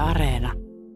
Areena.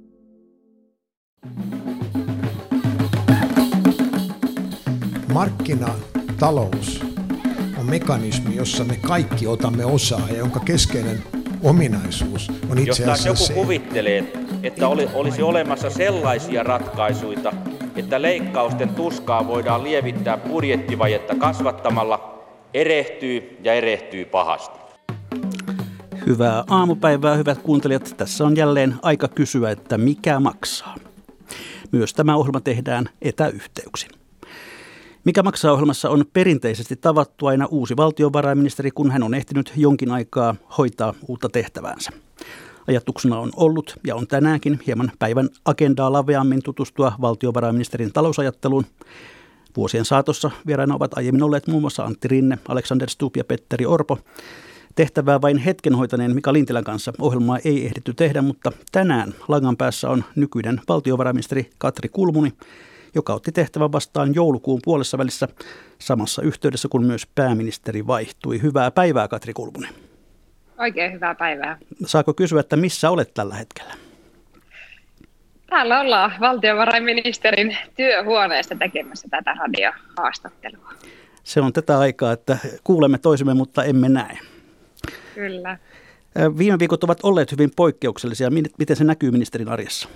Markkinatalous on mekanismi, jossa me kaikki otamme osaa ja jonka keskeinen ominaisuus on itse asiassa jos joku kuvittelee, että olisi olemassa sellaisia ratkaisuja, että leikkausten tuskaa voidaan lievittää budjettivajetta kasvattamalla, erehtyy pahasti. Hyvää aamupäivää, hyvät kuuntelijat. Tässä on jälleen aika kysyä, että mikä maksaa. Myös tämä ohjelma tehdään etäyhteyksin. Mikä maksaa -ohjelmassa on perinteisesti tavattu aina uusi valtiovarainministeri, kun hän on ehtinyt jonkin aikaa hoitaa uutta tehtäväänsä. Ajatuksena on ollut ja on tänäänkin hieman päivän agendaa laveammin tutustua valtiovarainministerin talousajatteluun. Vuosien saatossa vieraina ovat aiemmin olleet muun muassa Antti Rinne, Alexander Stubb ja Petteri Orpo. Tehtävää vain hetken hoitaneen Mika Lintilän kanssa ohjelmaa ei ehditty tehdä, mutta tänään langan päässä on nykyinen valtiovarainministeri Katri Kulmuni, joka otti tehtävän vastaan joulukuun puolessa välissä samassa yhteydessä, kun myös pääministeri vaihtui. Hyvää päivää, Katri Kulmuni. Oikein hyvää päivää. Saako kysyä, että missä olet tällä hetkellä? Täällä ollaan valtiovarainministerin työhuoneesta tekemässä tätä radiohaastattelua. Se on tätä aikaa, että kuulemme toisemme, mutta emme näe. Kyllä. Viime viikot ovat olleet hyvin poikkeuksellisia. Miten se näkyy ministerin arjessa?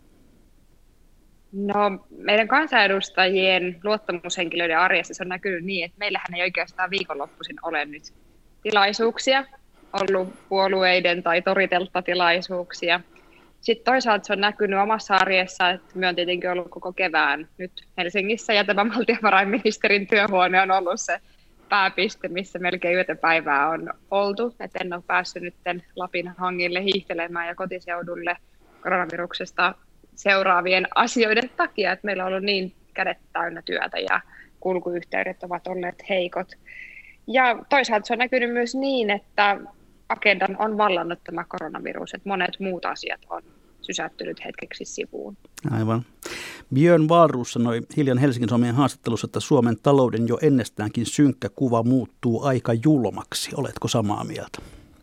No, meidän kansanedustajien luottamushenkilöiden arjessa se on näkynyt niin, että meillähän ei oikeastaan viikonloppuisin ole nyt tilaisuuksia, ollut puolueiden tai toritelttatilaisuuksia. Sitten toisaalta se on näkynyt omassa arjessa, että me on tietenkin ollut koko kevään nyt Helsingissä ja tämä valtiovarainministerin työhuone on ollut se pääpiste, missä melkein yötä päivää on oltu. Et en ole päässyt nyt Lapin hangille hiihtelemään ja kotiseudulle koronaviruksesta seuraavien asioiden takia, että meillä on ollut niin kädet täynnä työtä ja kulkuyhteydet ovat olleet heikot. Ja toisaalta se on näkynyt myös niin, että agendan on vallannut tämä koronavirus, että monet muut asiat on sysättynyt hetkeksi sivuun. Aivan. Björn Wahlroos sanoi hiljan Helsingin Sanomien haastattelussa, että Suomen talouden jo ennestäänkin synkkä kuva muuttuu aika julmaksi. Oletko samaa mieltä?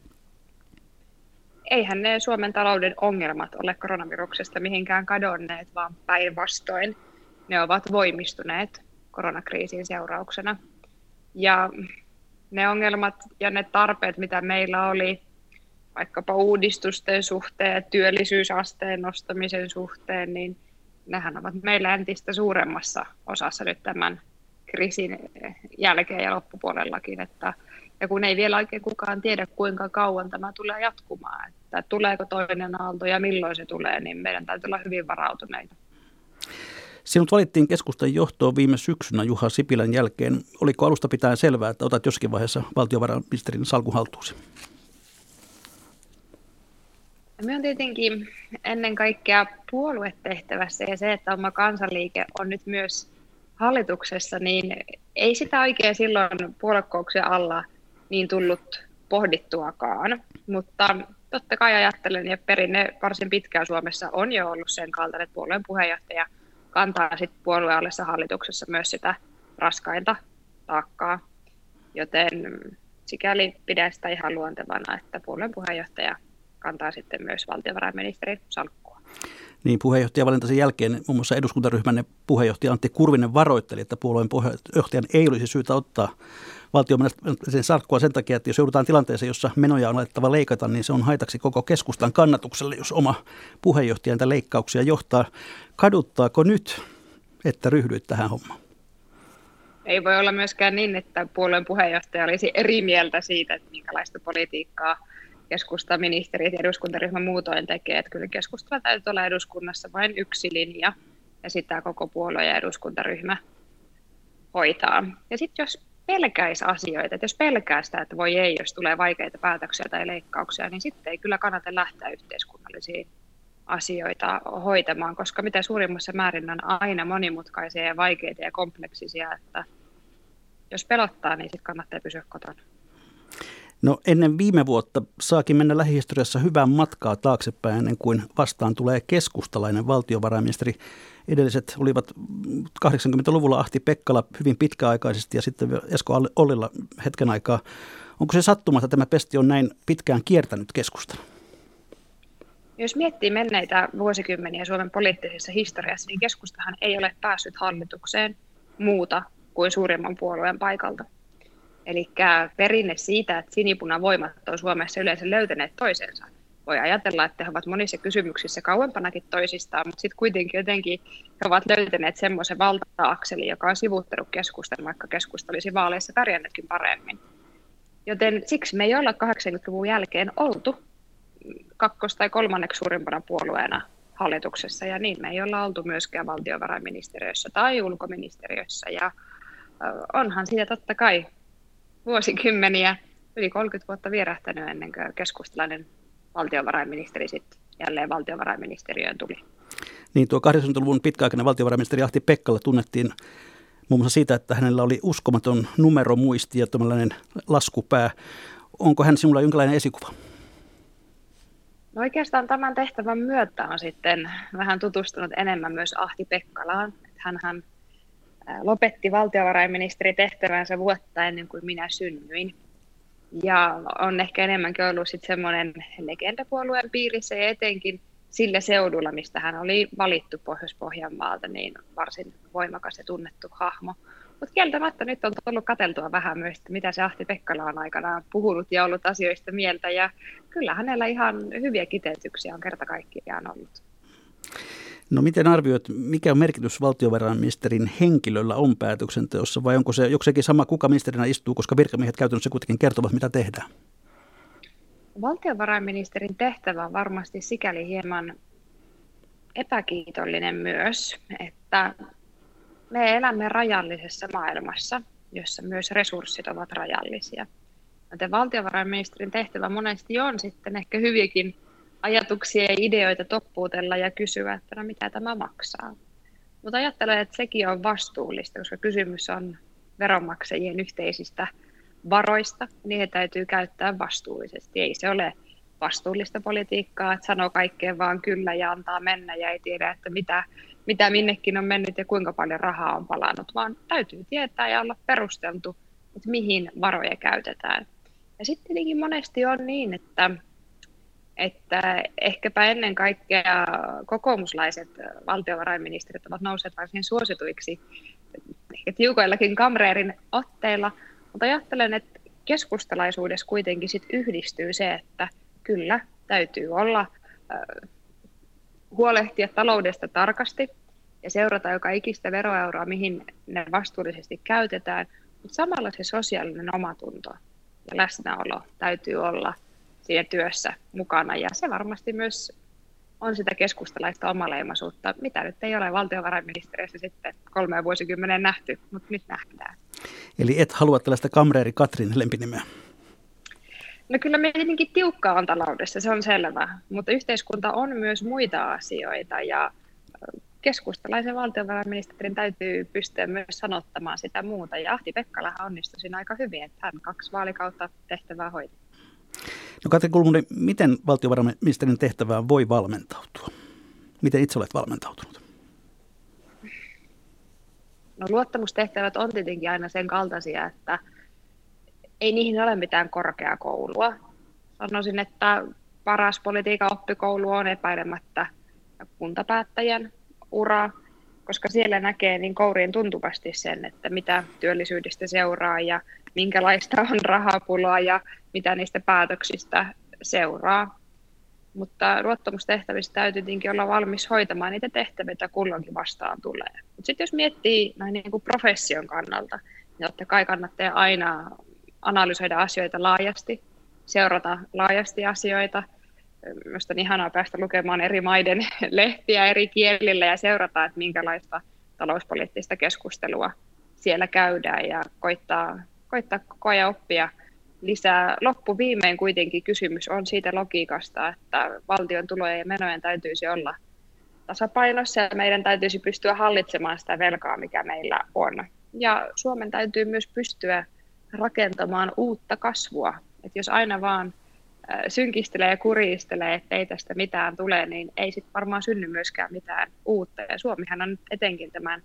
Eihän ne Suomen talouden ongelmat ole koronaviruksesta mihinkään kadonneet, vaan päinvastoin ne ovat voimistuneet koronakriisin seurauksena. Ja ne ongelmat ja ne tarpeet, mitä meillä oli vaikkapa uudistusten suhteen, työllisyysasteen nostamisen suhteen, niin nehän ovat meillä entistä suuremmassa osassa nyt tämän kriisin jälkeen ja loppupuolellakin. Ja kun ei vielä oikein kukaan tiedä, kuinka kauan tämä tulee jatkumaan, että tuleeko toinen aalto ja milloin se tulee, niin meidän täytyy olla hyvin varautuneita. Sinut valittiin keskustan johtoon viime syksynä Juha Sipilän jälkeen. Oliko alusta pitäen selvää, että otat jossakin vaiheessa valtiovarainministerin salkun haltuusi? Me on tietenkin ennen kaikkea puoluetehtävässä ja se, että oma kansanliike on nyt myös hallituksessa, niin ei sitä oikein silloin puoluekokouksen alla niin tullut pohdittuakaan. Mutta totta kai ajattelen, ja perinne varsin pitkään Suomessa on jo ollut sen kaltainen, että puolueen puheenjohtaja kantaa sitten puolueen allessa hallituksessa myös sitä raskainta taakkaa. Joten sikäli pidän sitä ihan luontevana, että puolueen puheenjohtaja kantaa sitten myös valtiovarainministerin salkkua. Niin, puheenjohtajavalintasi jälkeen muun muassa eduskuntaryhmänne puheenjohtaja Antti Kurvinen varoitteli, että puolueen puheenjohtajan ei olisi syytä ottaa valtiovarainministerin salkkua sen takia, että jos joudutaan tilanteeseen, jossa menoja on alettava leikata, niin se on haitaksi koko keskustan kannatukselle, jos oma puheenjohtaja näitä leikkauksia johtaa. Kaduttaako nyt, että ryhdyit tähän hommaan? Ei voi olla myöskään niin, että puolueen puheenjohtaja olisi eri mieltä siitä, että minkälaista politiikkaa keskustan ministerit ja eduskuntaryhmä muutoin tekee. Että kyllä keskustalla täytyy olla eduskunnassa vain yksi linja ja sitä koko puolue ja eduskuntaryhmä hoitaa. Ja sitten jos pelkäisi asioita, että jos pelkää sitä, että voi ei, jos tulee vaikeita päätöksiä tai leikkauksia, niin sitten ei kyllä kannata lähteä yhteiskunnallisiin asioita hoitamaan, koska mitä suurimmassa määrin on aina monimutkaisia ja vaikeita ja kompleksisia, että jos pelottaa, niin sitten kannattaa pysyä kotona. No ennen viime vuotta saakin mennä lähihistoriassa hyvää matkaa taaksepäin ennen kuin vastaan tulee keskustalainen valtiovarainministeri. Edelliset olivat 80-luvulla Ahti Pekkala hyvin pitkäaikaisesti ja sitten Esko Ollila hetken aikaa. Onko se sattuma, että tämä pesti on näin pitkään kiertänyt keskustelua? Jos miettii menneitä vuosikymmeniä Suomen poliittisessa historiassa, niin keskustahan ei ole päässyt hallitukseen muuta kuin suurimman puolueen paikalta. Eli perinne siitä, että sinipunavoimat on Suomessa yleensä löytäneet toisensa. Voi ajatella, että he ovat monissa kysymyksissä kauempanakin toisistaan, mutta sitten kuitenkin jotenkin he ovat löytäneet semmoisen valta-akselin, joka on sivuuttanut keskustan, vaikka keskusta olisi vaaleissa pärjännytkin paremmin. Joten siksi me ei olla 80-luvun jälkeen oltu kakkos- tai kolmanneksi suurimpana puolueena hallituksessa, ja niin me ei olla oltu myöskään valtiovarainministeriössä tai ulkoministeriössä, ja onhan siitä totta kai vuosikymmeniä, yli 30 vuotta vierähtänyt ennen kuin keskustalainen valtiovarainministeri sitten jälleen valtiovarainministeriöön tuli. Niin, tuo 80-luvun pitkäaikainen valtiovarainministeri Ahti Pekkala tunnettiin muun muassa siitä, että hänellä oli uskomaton numeromuisti ja tämmöinen laskupää. Onko hän sinulla jonkinlainen esikuva? No oikeastaan tämän tehtävän myötä on sitten vähän tutustunut enemmän myös Ahti Pekkalaan. Hänhän lopetti valtiovarainministeritehtävänsä vuotta ennen kuin minä synnyin. Ja on ehkä enemmänkin ollut sitten semmoinen legendapuolueen piirissä ja etenkin sillä seudulla, mistä hän oli valittu Pohjois-Pohjanmaalta, niin varsin voimakas ja tunnettu hahmo. Mutta kieltämättä nyt on tullut katseltua vähän myös, että mitä se Ahti Pekkala on aikanaan puhunut ja ollut asioista mieltä. Ja kyllä hänellä ihan hyviä kiteytyksiä on kerta kaikkiaan ollut. No miten arvioit, mikä merkitys valtiovarainministerin henkilöllä on päätöksenteossa vai onko se jokseenkin sama, kuka ministerinä istuu, koska virkamiehet käytännössä kuitenkin kertovat, mitä tehdään? Valtiovarainministerin tehtävä on varmasti sikäli hieman epäkiitollinen myös, että me elämme rajallisessa maailmassa, jossa myös resurssit ovat rajallisia. Joten valtiovarainministerin tehtävä monesti on sitten ehkä hyviäkin ajatuksia ja ideoita toppuutella ja kysyä, että no mitä tämä maksaa. Mutta ajattelen, että sekin on vastuullista, koska kysymys on veronmaksajien yhteisistä varoista, niitä täytyy käyttää vastuullisesti. Ei se ole vastuullista politiikkaa, että sanoo kaikkeen vaan kyllä ja antaa mennä ja ei tiedä, että mitä minnekin on mennyt ja kuinka paljon rahaa on palannut, vaan täytyy tietää ja olla perusteltu, että mihin varoja käytetään. Ja sitten tietenkin monesti on niin, että ehkäpä ennen kaikkea kokoomuslaiset valtiovarainministerit ovat nousseet varsin suosituiksi, ehkä tiukoillakin kamreerin otteilla, mutta ajattelen, että keskustalaisuudessa kuitenkin sit yhdistyy se, että kyllä täytyy olla huolehtia taloudesta tarkasti ja seurata joka ikistä veroeuroa, mihin ne vastuullisesti käytetään, mutta samalla se sosiaalinen omatunto ja läsnäolo täytyy olla siinä työssä mukana, ja se varmasti myös on sitä keskustalaista omaleimaisuutta, mitä nyt ei ole valtiovarainministeriössä sitten 3 vuosikymmenen nähty, mutta nyt nähdään. Eli et halua tällaista kamreeri Katrin lempinimeä? No kyllä me tietenkin tiukkaa on taloudessa, se on selvä, mutta yhteiskunta on myös muita asioita, ja keskustalaisen valtiovarainministerin täytyy pystyä myös sanottamaan sitä muuta, ja Ahti Pekkalahan onnistui siinä aika hyvin, että hän 2 vaalikautta tehtävää hoiti. No Katri Kulmuni, miten valtiovarainministerin tehtävään voi valmentautua? Miten itse olet valmentautunut? No luottamustehtävät on tietenkin aina sen kaltaisia, että ei niihin ole mitään korkeakoulua. Sanoisin, että paras politiikan oppikoulu on epäilemättä kuntapäättäjän ura, koska siellä näkee niin kouriin tuntuvasti sen, että mitä työllisyydestä seuraa ja minkälaista on rahapulaa ja mitä niistä päätöksistä seuraa. Mutta luottamustehtävissä täytyy tietenkin olla valmis hoitamaan niitä tehtäviä, joita kulloinkin vastaan tulee. Mutta sitten jos miettii näin niin kuin profession kannalta, niin totta kai kannattaa aina analysoida asioita laajasti, seurata laajasti asioita. Minusta on ihanaa päästä lukemaan eri maiden lehtiä eri kielillä ja seurata, että minkälaista talouspoliittista keskustelua siellä käydään ja koittaa koko ajan oppia lisää. Loppuviimein kuitenkin kysymys on siitä logiikasta, että valtion tulojen ja menojen täytyisi olla tasapainossa ja meidän täytyisi pystyä hallitsemaan sitä velkaa, mikä meillä on. Ja Suomen täytyy myös pystyä rakentamaan uutta kasvua. Et jos aina vaan synkistelee ja kuristelee, että ei tästä mitään tule, niin ei sitten varmaan synny myöskään mitään uutta. Ja Suomihan on nyt etenkin tämän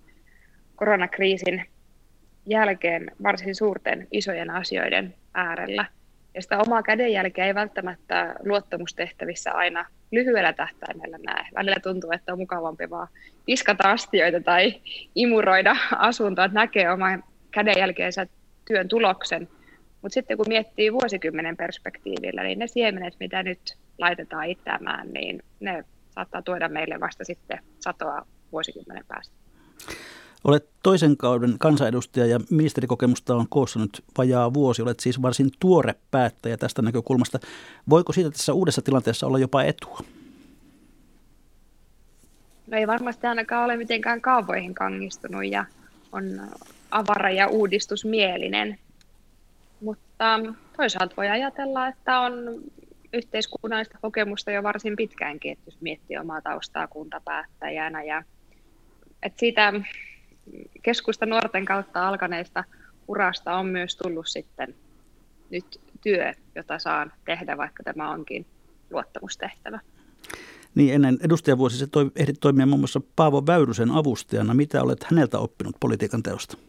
koronakriisin jälkeen varsin suurten isojen asioiden äärellä. Ja sitä omaa kädenjälkeä ei välttämättä luottamustehtävissä aina lyhyellä tähtäimellä näe. Välillä tuntuu, että on mukavampi vaan viskata astioita tai imuroida asuntoa, että näkee oman kädenjälkeensä työn tuloksen. Mutta sitten kun miettii vuosikymmenen perspektiivillä, niin ne siemenet, mitä nyt laitetaan itämään, niin ne saattaa tuoda meille vasta sitten satoa vuosikymmenen päästä. Olet toisen kauden kansanedustaja ja ministerikokemusta on koossa nyt vajaa vuosi. Olet siis varsin tuore päättäjä tästä näkökulmasta. Voiko siitä tässä uudessa tilanteessa olla jopa etua? No ei varmasti ainakaan ole mitenkään kaavoihin kangistunut ja on avara ja uudistusmielinen. Mutta toisaalta voi ajatella, että on yhteiskunnallista kokemusta jo varsin pitkäänkin, että jos miettii omaa taustaa kuntapäättäjänä. Ja että siitä keskusta nuorten kautta alkaneesta urasta on myös tullut sitten nyt työ, jota saan tehdä, vaikka tämä onkin luottamustehtävä. Niin, ennen edustajavuosi se ehdit toimia muun muassa Paavo Väyrysen avustajana. Mitä olet häneltä oppinut politiikan teosta?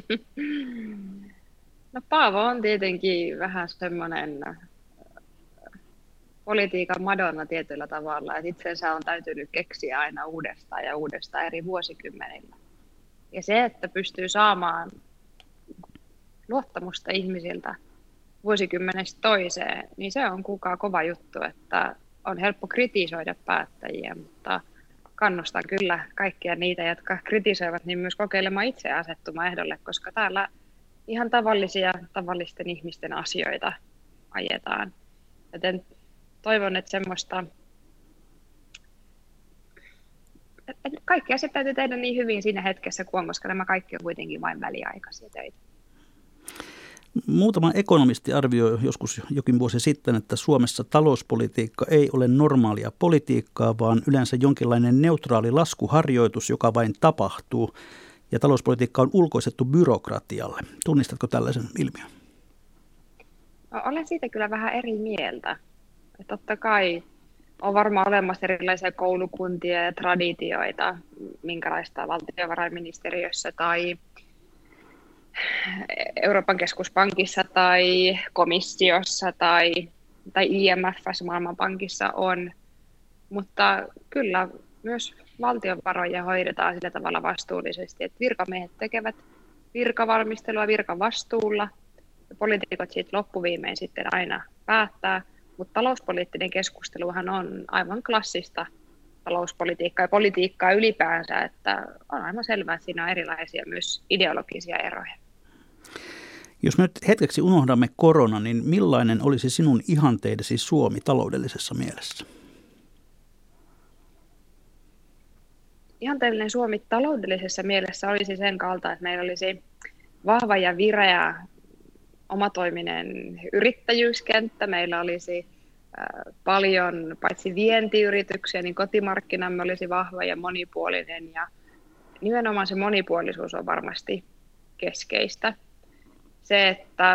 No Paavo on tietenkin vähän semmoinen politiikan madonna tietyllä tavalla, että itsensä on täytynyt keksiä aina uudestaan ja uudestaan eri vuosikymmenillä. Ja se, että pystyy saamaan luottamusta ihmisiltä vuosikymmenestä toiseen, niin se on kukaan kova juttu, että on helppo kritisoida päättäjiä, mutta kannustan kyllä kaikkia niitä, jotka kritisoivat, niin myös kokeilemaan itse asettumaan ehdolle, koska täällä ihan tavallisten ihmisten asioita ajetaan. Joten toivon, että semmoista, että kaikki asiat täytyy tehdä niin hyvin siinä hetkessä kuin on, koska nämä kaikki on kuitenkin vain väliaikaisia töitä. Muutama ekonomisti arvioi joskus jokin vuosi sitten, että Suomessa talouspolitiikka ei ole normaalia politiikkaa, vaan yleensä jonkinlainen neutraali laskuharjoitus, joka vain tapahtuu. Ja talouspolitiikka on ulkoistettu byrokratialle. Tunnistatko tällaisen ilmiön? Olen siitä kyllä vähän eri mieltä. Totta kai on varmaan olemassa erilaisia koulukuntia ja traditioita, minkälaista valtiovarainministeriössä tai Euroopan keskuspankissa tai komissiossa tai IMF:ssä Maailmanpankissa on, mutta kyllä myös valtion varoja hoidetaan sillä tavalla vastuullisesti, että virkamiehet tekevät virkavalmistelua virkavastuulla ja poliitikot siitä loppuviimein sitten aina päättää, mutta talouspoliittinen keskusteluhan on aivan klassista talouspolitiikkaa ja politiikkaa ylipäänsä, että on aivan selvää, että siinä on erilaisia myös ideologisia eroja. Jos me nyt hetkeksi unohdamme korona, niin millainen olisi sinun ihanteidesi Suomi taloudellisessa mielessä? Ihanteellinen Suomi taloudellisessa mielessä olisi sen kalta, että meillä olisi vahva ja vireä omatoiminen yrittäjyyskenttä. Meillä olisi paljon paitsi vientiyrityksiä, niin kotimarkkinamme olisi vahva ja monipuolinen. Ja nimenomaan se monipuolisuus on varmasti keskeistä. Se, että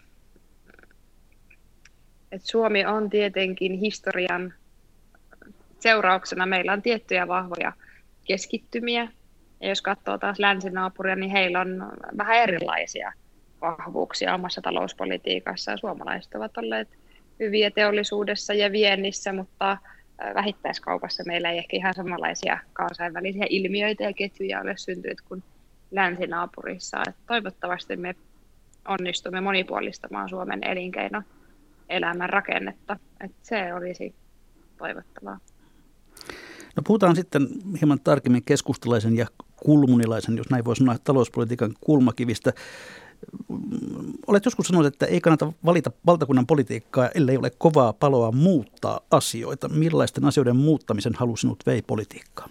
Suomi on tietenkin historian seurauksena. Meillä on tiettyjä vahvoja keskittymiä. Ja jos katsoo taas länsinaapuria, niin heillä on vähän erilaisia vahvuuksia omassa talouspolitiikassa. Suomalaiset ovat olleet hyviä teollisuudessa ja viennissä, mutta vähittäiskaupassa meillä ei ehkä ihan samanlaisia kansainvälisiä ilmiöitä ja ketjuja ole syntynyt kuin länsinaapurissa. Että toivottavasti me onnistumme monipuolistamaan Suomen elinkeinoelämän rakennetta. Että se olisi toivottavaa. No puhutaan sitten hieman tarkemmin keskustalaisen ja kulmunilaisen, jos näin voi sanoa, talouspolitiikan kulmakivistä. Olet joskus sanonut, että ei kannata valita valtakunnan politiikkaa, ellei ole kovaa paloa muuttaa asioita. Millaisten asioiden muuttamisen halu sinut vei politiikkaan?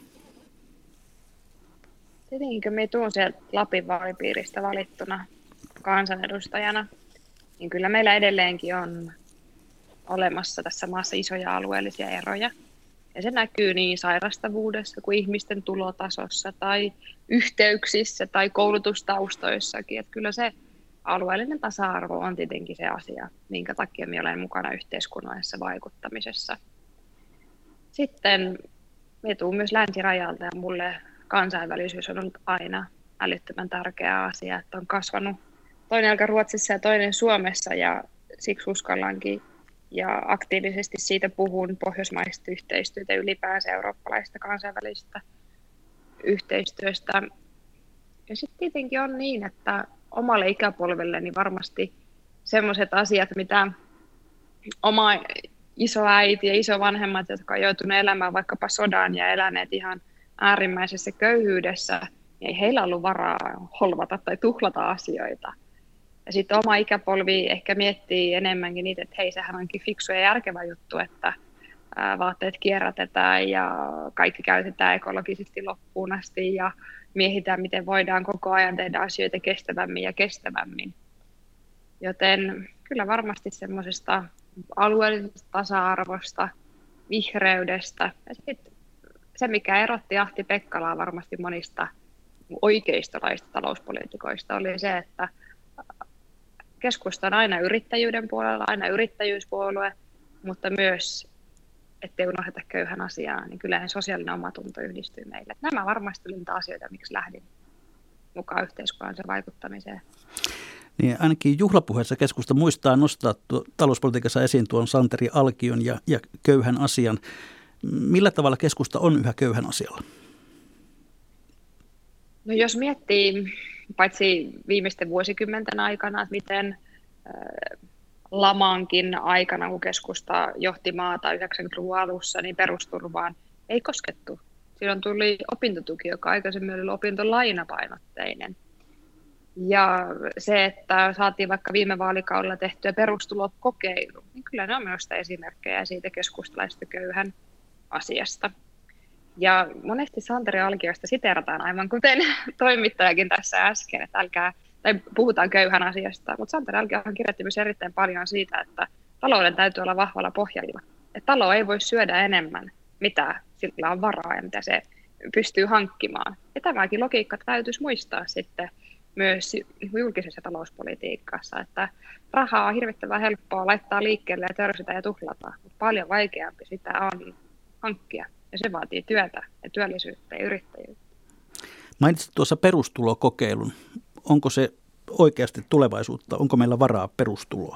Tietenkin me tuun sieltä Lapin vaalipiiristä valittuna kansanedustajana, niin kyllä meillä edelleenkin on olemassa tässä maassa isoja alueellisia eroja. Ja se näkyy niin sairastavuudessa kuin ihmisten tulotasossa tai yhteyksissä tai koulutustaustoissakin. Että kyllä se alueellinen tasa-arvo on tietenkin se asia, minkä takia minä olen mukana yhteiskunnallisessa vaikuttamisessa. Sitten minä tulen myös länsirajalta ja minulle kansainvälisyys on ollut aina älyttömän tärkeä asia, että on kasvanut toinen jalka Ruotsissa ja toinen Suomessa ja siksi uskallankin ja aktiivisesti siitä puhun pohjoismaista yhteistyötä, ylipäänsä eurooppalaista kansainvälistä yhteistyöstä. Ja sitten tietenkin on niin, että omalle ikäpolvelleni varmasti sellaiset asiat, mitä oma isoäiti ja isovanhemmat, jotka on joutuneet elämään vaikkapa sodan ja eläneet ihan äärimmäisessä köyhyydessä, niin ei heillä ollut varaa holvata tai tuhlata asioita. Ja sitten oma ikäpolvi ehkä miettii enemmänkin niitä, että hei, sehän onkin fiksu ja järkevä juttu, että vaatteet kierrätetään ja kaikki käytetään ekologisesti loppuun asti ja mietitään, miten voidaan koko ajan tehdä asioita kestävämmin ja kestävämmin. Joten kyllä varmasti semmoisesta alueellisesta tasa-arvosta, vihreydestä ja sitten se, mikä erotti Ahti Pekkalaa varmasti monista oikeistolaisista talouspoliitikoista, oli se, että keskusta on aina yrittäjyyden puolella, aina yrittäjyyspuolue, mutta myös, ettei unohdeta köyhän asiaa, niin kyllähän sosiaalinen omatunto yhdistyy meille. Nämä varmasti oli niitä asioita, miksi lähdin mukaan yhteiskunnalliseen vaikuttamiseen. Niin ainakin juhlapuheessa keskusta muistaa nostaa talouspolitiikassa esiin tuon Santeri Alkion ja köyhän asian. Millä tavalla keskusta on yhä köyhän asialla? No jos miettii paitsi viimeisten vuosikymmenten aikana, että miten lamankin aikana, kun keskusta johti maata 90-luvun alussa, niin perusturvaan ei koskettu. Silloin tuli opintotuki, joka aikaisemmin oli opintolainapainotteinen. Ja se, että saatiin vaikka viime vaalikaudella tehtyä perustulokokeilu, niin kyllä ne on minusta esimerkkejä siitä keskustalaisesta köyhän asiasta. Ja monesti Santeri Alkiosta siteerataan aivan kuten toimittajakin tässä äsken, että puhutaan köyhän asiasta, mutta Santeri Alkiohan kirjoitti myös erittäin paljon siitä, että talouden täytyy olla vahvalla pohjalla. Että talo ei voi syödä enemmän, mitä sillä on varaa ja mitä se pystyy hankkimaan. Ja tämäkin logiikka täytyisi muistaa sitten myös julkisessa talouspolitiikassa, että rahaa on hirvittävän helppoa laittaa liikkeelle ja törsytä ja tuhlata, mutta paljon vaikeampi sitä on hankkia. Ja se vaatii työtä ja työllisyyttä ja yrittäjyyttä. Mainitsit tuossa perustulokokeilun. Onko se oikeasti tulevaisuutta? Onko meillä varaa perustuloa?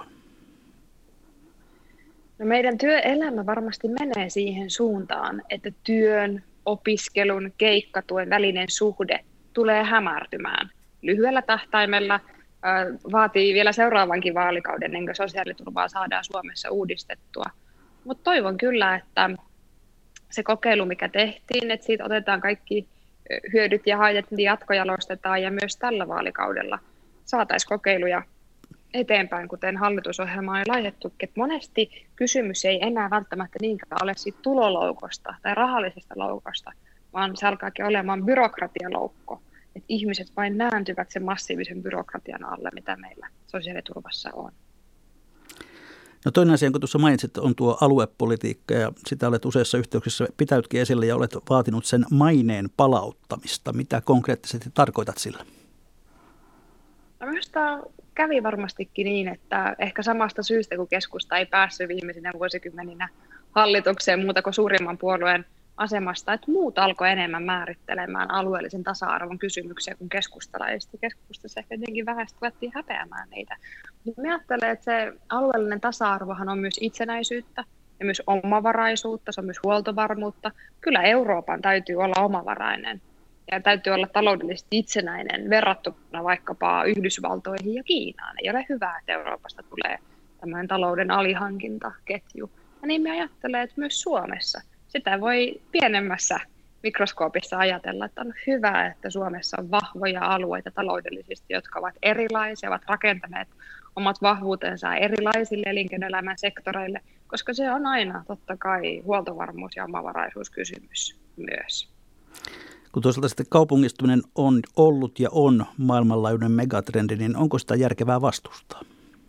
No meidän työelämä varmasti menee siihen suuntaan, että työn, opiskelun, keikkatuen välinen suhde tulee hämärtymään. Lyhyellä tähtäimellä vaatii vielä seuraavankin vaalikauden, ennen kuin sosiaaliturvaa saadaan Suomessa uudistettua. Mutta toivon kyllä, että se kokeilu, mikä tehtiin, että siitä otetaan kaikki hyödyt ja haitat, niin jatkojalostetaan ja myös tällä vaalikaudella saataisiin kokeiluja eteenpäin, kuten hallitusohjelma on jo laitettukin. Että monesti kysymys ei enää välttämättä niinkään ole siitä tuloloukosta tai rahallisesta loukosta, vaan se alkaakin olemaan byrokratialoukko. Että ihmiset vain nääntyvät sen massiivisen byrokratian alle, mitä meillä sosiaaliturvassa on. No toinen asia, kun tuossa mainitsit, on tuo aluepolitiikka ja sitä olet useissa yhteyksissä pitäytkin esille ja olet vaatinut sen maineen palauttamista. Mitä konkreettisesti tarkoitat sillä? No minusta kävi varmastikin niin, että ehkä samasta syystä, kun keskusta ei päässyt viimeisinä vuosikymmeninä hallitukseen muuta kuin suurimman puolueen asemasta, että muut alkoi enemmän määrittelemään alueellisen tasa-arvon kysymyksiä kuin keskustalaiset. Keskustassa ehkä jotenkin vähän ruvettiin häpeämään niitä. Minä ajattelen, että se alueellinen tasa-arvohan on myös itsenäisyyttä ja myös omavaraisuutta, se on myös huoltovarmuutta. Kyllä Euroopan täytyy olla omavarainen ja täytyy olla taloudellisesti itsenäinen verrattuna vaikkapa Yhdysvaltoihin ja Kiinaan. Ei ole hyvä, että Euroopasta tulee tämmöinen talouden alihankintaketju. Ja niin minä ajattelen, että myös Suomessa sitä voi pienemmässä mikroskoopissa ajatella, että on hyvä, että Suomessa on vahvoja alueita taloudellisesti, jotka ovat erilaisia, ovat rakentaneet omat vahvuutensa erilaisille elinkeinoelämän sektoreille, koska se on aina totta kai huoltovarmuus- ja omavaraisuuskysymys myös. Kun toisaalta sitten kaupungistuminen on ollut ja on maailmanlaajuinen megatrendi, niin onko sitä järkevää vastustaa?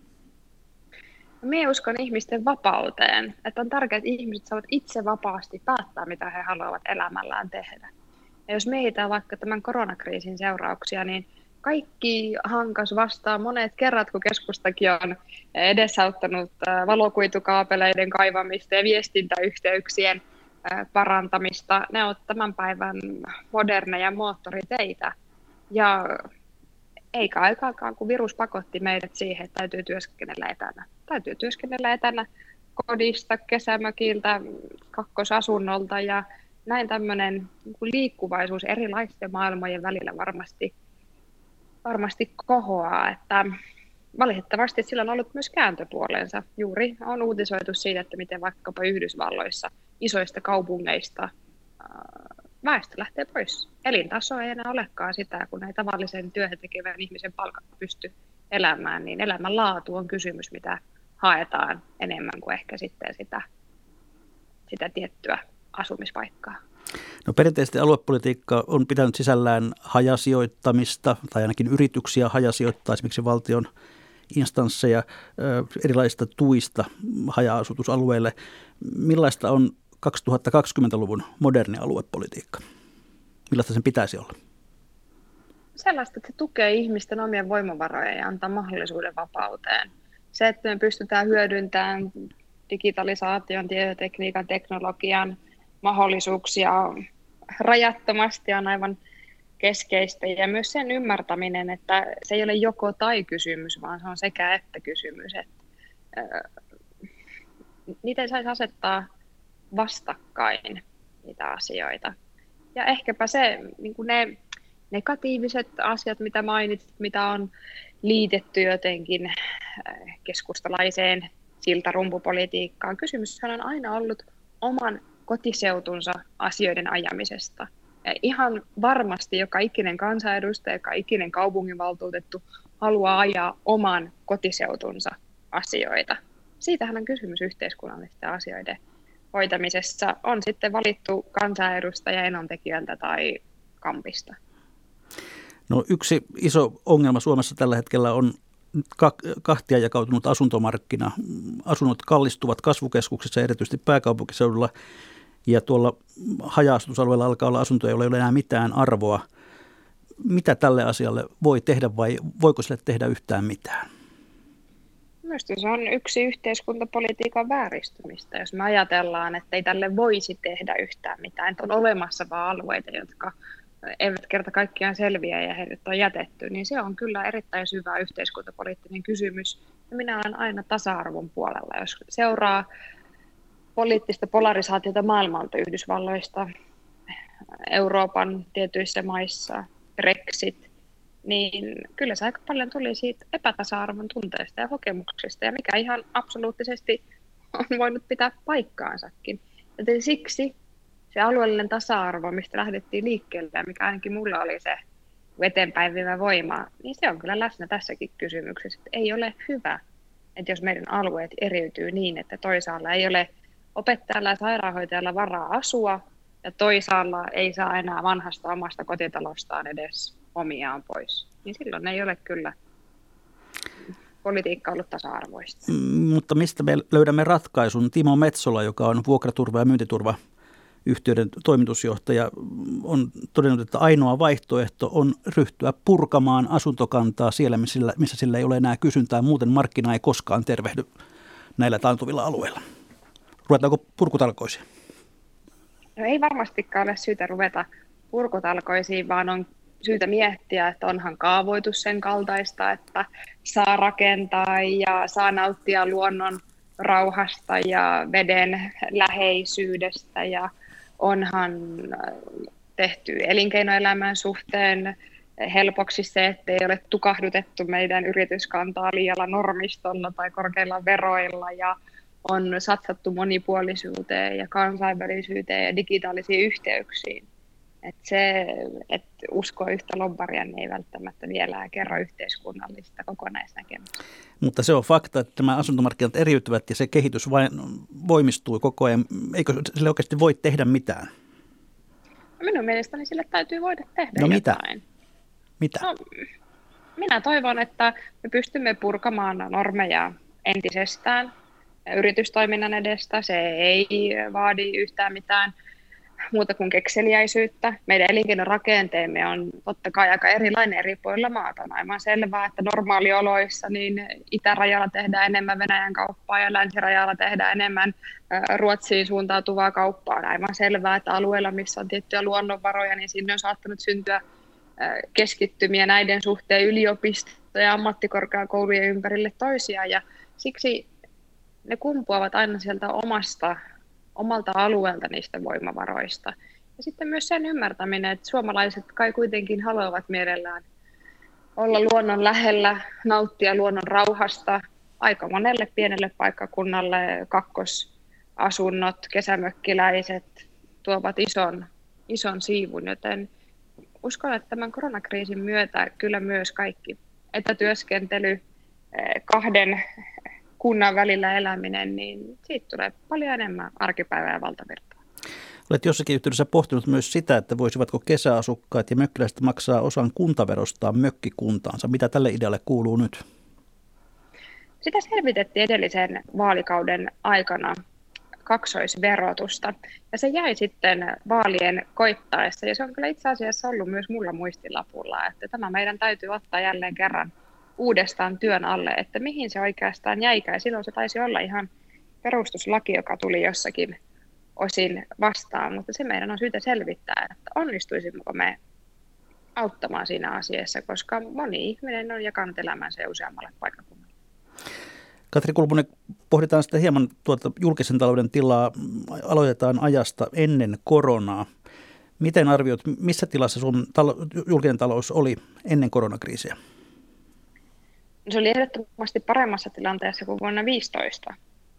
Minä uskon ihmisten vapauteen, että on tärkeää, että ihmiset saavat itse vapaasti päättää, mitä he haluavat elämällään tehdä. Ja jos mietitään vaikka tämän koronakriisin seurauksia, niin kaikki hankas vastaan monet kerrat, kun keskustakin on edesauttanut valokuitukaapeleiden kaivamista ja viestintäyhteyksien parantamista. Ne ovat tämän päivän moderneja moottoriteitä. Ja eikä aikaakaan, kun virus pakotti meidät siihen, että täytyy työskennellä etänä. täytyy työskennellä etänä kodista, kesämökiltä, kakkosasunnolta ja näin tämmöinen liikkuvaisuus erilaisten maailmojen välillä varmasti kohoaa, että valitettavasti sillä on ollut myös kääntöpuolensa. Juuri on uutisoitu siitä, että miten vaikkapa Yhdysvalloissa isoista kaupungeista väestö lähtee pois. Elintaso ei enää olekaan sitä, kun ei tavallisen työhön tekevän ihmisen palkat pysty elämään, niin elämänlaatu on kysymys, mitä haetaan enemmän kuin ehkä sitten sitä tiettyä asumispaikkaa. No perinteisesti aluepolitiikka on pitänyt sisällään hajasijoittamista tai ainakin yrityksiä hajasijoittaa esimerkiksi valtion instansseja erilaisista tuista haja-asutusalueille. Millaista on 2020-luvun moderni aluepolitiikka? Millaista sen pitäisi olla? Sellaista, että se tukee ihmisten omien voimavaroja ja antaa mahdollisuuden vapauteen. Se, että me pystytään hyödyntämään digitalisaation, tietotekniikan, teknologian mahdollisuuksia rajattomasti on aivan keskeistä. Ja myös sen ymmärtäminen, että se ei ole joko tai kysymys, vaan se on sekä että kysymys. Niitä ei saisi asettaa vastakkain niitä asioita. Ja ehkäpä se, niin kuin ne negatiiviset asiat, mitä mainitsit, mitä on liitetty jotenkin keskustalaiseen siltarumpupolitiikkaan. Kysymyshän on aina ollut oman kotiseutunsa asioiden ajamisesta. Ja ihan varmasti joka ikinen kansanedustaja, joka ikinen kaupunginvaltuutettu haluaa ajaa oman kotiseutunsa asioita. Siitähän on kysymys yhteiskunnallisten asioiden hoitamisessa. On sitten valittu kansanedustaja Enontekiöltä tai Kampista. No yksi iso ongelma Suomessa tällä hetkellä on kahtia jakautunut asuntomarkkina. Asunnot kallistuvat kasvukeskuksissa, erityisesti pääkaupunkiseudulla, ja tuolla haja-asutusalueella alkaa olla asuntoja, joilla ei ole enää mitään arvoa. Mitä tälle asialle voi tehdä vai voiko sille tehdä yhtään mitään? Minusta se on yksi yhteiskuntapolitiikan vääristymistä, jos me ajatellaan, että ei tälle voisi tehdä yhtään mitään. Että on olemassa vaan alueita, jotka eivät kerta kaikkiaan selviä ja heidät on jätetty, niin se on kyllä erittäin syvä yhteiskuntapoliittinen kysymys. Ja minä olen aina tasa-arvon puolella. Jos seuraa poliittista polarisaatiota maailmalta, Yhdysvalloista, Euroopan tietyissä maissa, Brexit, niin kyllä se aika paljon tuli siitä epätasa-arvon tunteesta ja kokemuksesta, ja mikä ihan absoluuttisesti on voinut pitää paikkaansakin. Joten siksi se alueellinen tasa-arvo, mistä lähdettiin liikkeelle, ja mikä ainakin mulla oli se eteenpäin vievä voima, niin se on kyllä läsnä tässäkin kysymyksessä. Että ei ole hyvä, että jos meidän alueet eriytyy niin, että toisaalla ei ole opettajalla ja sairaanhoitajalla varaa asua, ja toisaalla ei saa enää vanhasta omasta kotitalostaan edes omiaan pois. Niin silloin ei ole kyllä politiikka ollut tasa-arvoista. Mutta mistä me löydämme ratkaisun? Timo Metsola, joka on vuokraturva- ja myyntiturvayhtiöiden toimitusjohtaja, on todennut, että ainoa vaihtoehto on ryhtyä purkamaan asuntokantaa siellä, missä sillä ei ole enää kysyntää. Muuten markkina ei koskaan tervehdy näillä taantuvilla alueilla. Ruvetaanko purkutalkoisiin? No ei varmastikaan ole syytä ruveta purkutalkoisiin, vaan on syytä miettiä, että onhan kaavoitus sen kaltaista, että saa rakentaa ja saa nauttia luonnon rauhasta ja veden läheisyydestä ja onhan tehty elinkeinoelämän suhteen helpoksi se, että ei ole tukahdutettu meidän yrityskantaa liialla normistolla tai korkeilla veroilla ja on satsattu monipuolisuuteen ja kansainvälisyyteen ja digitaalisiin yhteyksiin. Että uskoo yhtä lobbaria, niin ei välttämättä vielä kerro yhteiskunnallista kokonaisnäkemystä. Mutta se on fakta, että nämä asuntomarkkinat eriytyvät ja se kehitys vain voimistuu koko ajan. Eikö sille oikeasti voi tehdä mitään? Minun mielestäni sille täytyy voida tehdä jotain. Mitä? No, minä toivon, että me pystymme purkamaan normeja entisestään yritystoiminnan edestä. Se ei vaadi yhtään mitään muuta kuin kekseliäisyyttä. Meidän elinkeinorakenteemme on totta kai aika erilainen eri puolilla maata. On aivan selvää, että normaalioloissa niin itärajalla tehdään enemmän Venäjän kauppaa ja länsirajalla tehdään enemmän Ruotsiin suuntautuvaa kauppaa. On aivan selvää, että alueilla, missä on tiettyjä luonnonvaroja, niin sinne on saattanut syntyä keskittymiä näiden suhteen yliopistoja ja ammattikorkeakoulujen ympärille toisiaan. Ja siksi ne kumpuavat aina sieltä omalta alueelta niistä voimavaroista. Ja sitten myös sen ymmärtäminen, että suomalaiset kai kuitenkin haluavat mielellään olla luonnon lähellä, nauttia luonnon rauhasta. Aika monelle pienelle paikkakunnalle kakkosasunnot, kesämökkiläiset tuovat ison siivun, joten uskon, että tämän koronakriisin myötä kyllä myös kaikki etätyöskentely, kahden kunnan välillä eläminen, niin siitä tulee paljon enemmän arkipäivää ja valtavirtaa. Olet jossakin yhteydessä pohtinut myös sitä, että voisivatko kesäasukkaat ja mökkiläiset maksaa osan kuntaverostaan mökkikuntaansa. Mitä tälle idealle kuuluu nyt? Sitä selvitettiin edellisen vaalikauden aikana kaksoisverotusta, ja se jäi sitten vaalien koittaessa, ja se on kyllä itse asiassa ollut myös mulla muistilapulla, että tämä meidän täytyy ottaa jälleen kerran uudestaan työn alle, että mihin se oikeastaan jäikään, ja silloin se taisi olla ihan perustuslaki, joka tuli jossakin osin vastaan, mutta se meidän on syytä selvittää, että onnistuisimmeko me auttamaan siinä asiassa, koska moni ihminen on jakanut elämänsä jo useammalle paikkakunnalle. Katri Kulmunen, pohditaan sitten hieman julkisen talouden tilaa. Aloitetaan ajasta ennen koronaa. Miten arvioit, missä tilassa sun julkinen talous oli ennen koronakriisiä? Se oli ehdottomasti paremmassa tilanteessa kuin vuonna 2015.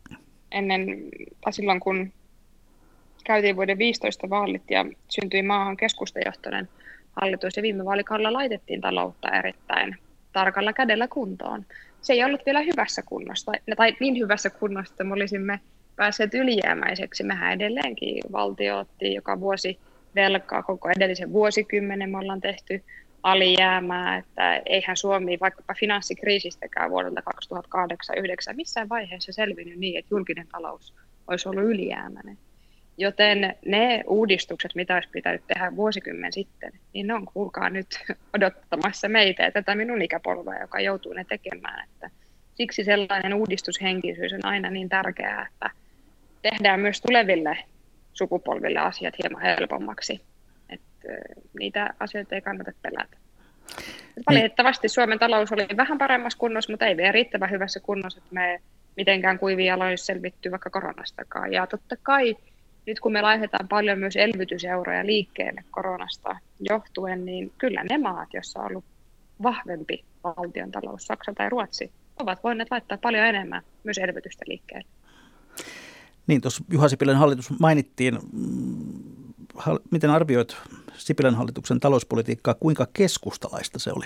Silloin kun käytiin vuoden 2015 vaalit ja syntyi maahan keskustajohtoinen hallitus ja viime vaalikaudella laitettiin taloutta erittäin tarkalla kädellä kuntoon. Se ei ollut vielä hyvässä kunnossa, tai niin hyvässä kunnossa, että me olisimme päässeet ylijäämäiseksi. Mehän edelleenkin valtio otti joka vuosi velkaa, koko edellisen vuosikymmenen me ollaan tehty alijäämää, että eihän Suomi vaikkapa finanssikriisistäkään vuodelta 2008-2009 missään vaiheessa selvinnyt niin, että julkinen talous olisi ollut ylijäämäinen. Joten ne uudistukset, mitä olisi pitänyt tehdä vuosikymmen sitten, niin ne on kuulkaa nyt odottamassa meitä ja tätä minun ikäpolvea, joka joutuu ne tekemään. Että siksi sellainen uudistushenkisyys on aina niin tärkeää, että tehdään myös tuleville sukupolville asiat hieman helpommaksi. Että niitä asioita ei kannata pelätä. Valitettavasti Suomen talous oli vähän paremmassa kunnossa, mutta ei vielä riittävän hyvässä kunnossa, että me mitenkään kuivia aloin selvittyä vaikka koronastakaan. Ja totta kai nyt kun me laitetaan paljon myös elvytyseuroja liikkeelle koronasta johtuen, niin kyllä ne maat, joissa on ollut vahvempi valtiontalous, Saksa tai Ruotsi, ovat voineet laittaa paljon enemmän myös elvytystä liikkeelle. Niin, tuossa Juha Sipilän hallitus mainittiin. Miten arvioit Sipilän hallituksen talouspolitiikkaa, kuinka keskustalaista se oli?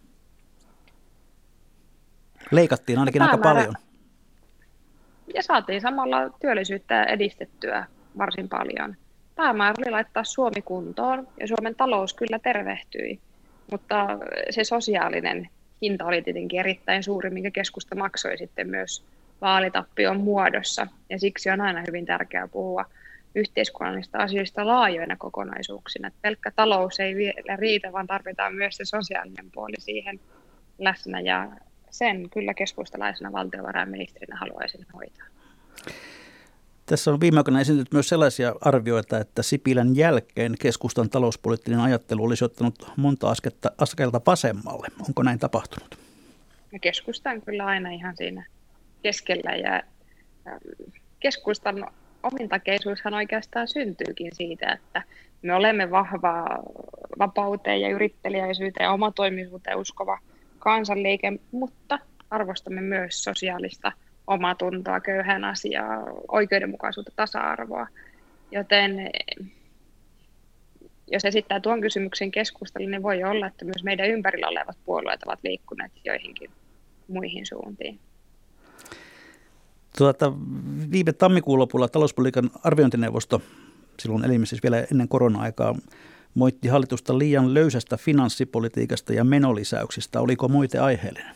Leikattiin ainakin aika paljon. Ja saatiin samalla työllisyyttä edistettyä varsin paljon. Päämäärä oli laittaa Suomi kuntoon ja Suomen talous kyllä tervehtyi, mutta se sosiaalinen hinta oli tietenkin erittäin suuri, minkä keskusta maksoi sitten myös vaalitappion muodossa. Ja siksi on aina hyvin tärkeää puhua yhteiskunnallisista asioista laajoina kokonaisuuksina. Että pelkkä talous ei vielä riitä, vaan tarvitaan myös se sosiaalinen puoli siihen läsnä ja sen kyllä keskustalaisena valtiovarainministerinä haluaisin hoitaa. Tässä on viime aikoina esiintynyt myös sellaisia arvioita, että Sipilän jälkeen keskustan talouspoliittinen ajattelu olisi ottanut monta askelta vasemmalle. Onko näin tapahtunut? Keskusta on kyllä aina ihan siinä keskellä ja keskustan omintakeisuushan oikeastaan syntyykin siitä, että me olemme vahva vapauteen ja yritteliäisyyteen ja omatoimisuuteen uskova kansanliike, mutta arvostamme myös sosiaalista omatuntoa, köyhän asiaa, oikeudenmukaisuutta, tasa-arvoa. Joten jos esittää tuon kysymyksen keskusteluun, niin voi olla, että myös meidän ympärillä olevat puolueet ovat liikkuneet joihinkin muihin suuntiin. Viime tammikuun lopulla talouspolitiikan arviointineuvosto, silloin elimme siis vielä ennen korona-aikaa, moitti hallitusta liian löysästä finanssipolitiikasta ja menolisäyksistä. Oliko moite aiheellinen?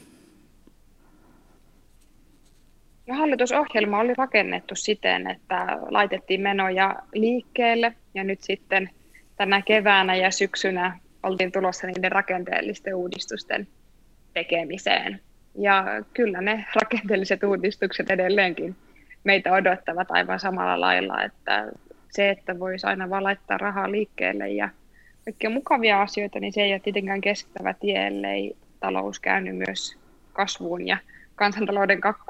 No, hallitusohjelma oli rakennettu siten, että laitettiin menoja liikkeelle ja nyt sitten tänä keväänä ja syksynä oltiin tulossa niiden rakenteellisten uudistusten tekemiseen. Ja kyllä ne rakenteelliset uudistukset edelleenkin meitä odottavat aivan samalla lailla, että se, että voisi aina vaan laittaa rahaa liikkeelle ja kaikkia mukavia asioita, niin se ei ole tietenkään kestävä tie, ellei talous käänny myös kasvuun ja kansantalouden kakku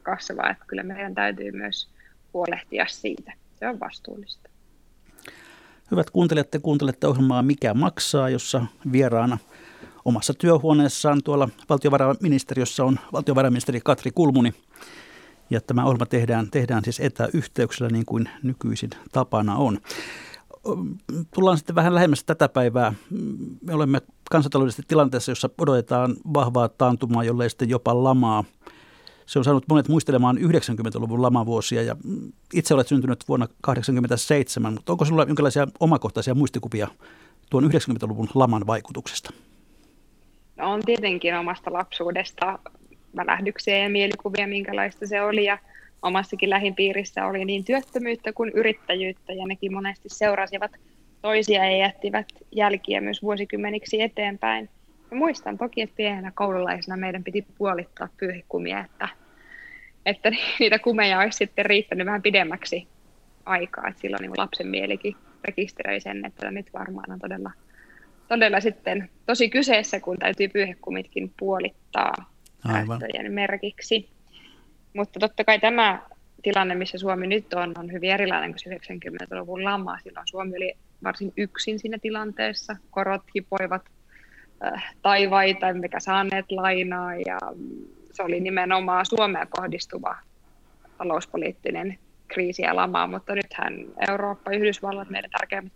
kasvaa, että kyllä meidän täytyy myös huolehtia siitä. Se on vastuullista. Hyvät kuuntelijat, te kuuntelette ohjelmaa Mikä maksaa, jossa vieraana omassa työhuoneessaan tuolla valtiovarainministeriössä on valtiovarainministeri Katri Kulmuni. Ja tämä ohjelma tehdään siis etäyhteyksellä niin kuin nykyisin tapana on. Tullaan sitten vähän lähemmäs tätä päivää. Me olemme kansantaloudellisesti tilanteessa, jossa odotetaan vahvaa taantumaa, jollei sitten jopa lamaa. Se on saanut monet muistelemaan 90-luvun lamavuosia ja itse olet syntynyt vuonna 1987, mutta onko sinulla jonkinlaisia omakohtaisia muistikuvia tuon 90-luvun laman vaikutuksesta? No, on tietenkin omasta lapsuudesta välähdyksiä ja mielikuvia, minkälaista se oli, ja omassakin lähipiirissä oli niin työttömyyttä kuin yrittäjyyttä, ja nekin monesti seurasivat toisia ja jättivät jälkiä myös vuosikymmeniksi eteenpäin. Ja muistan toki, että pienenä koululaisena meidän piti puolittaa pyyhekumia, että niitä kumeja olisi sitten riittänyt vähän pidemmäksi aikaa. Että silloin niin lapsen mielikin rekisteröi sen, että nyt varmaan on todella sitten tosi kyseessä, kun täytyy pyyhekumitkin puolittaa säästöjen merkiksi. Mutta totta kai tämä tilanne, missä Suomi nyt on hyvin erilainen kuin 90-luvun lama. Silloin Suomi oli varsin yksin siinä tilanteessa. Korot hipoivat taivaita, emmekä saaneet lainaa, ja se oli nimenomaan Suomeen kohdistuva talouspoliittinen kriisi ja lama, mutta nythän Eurooppa ja Yhdysvallat, meidän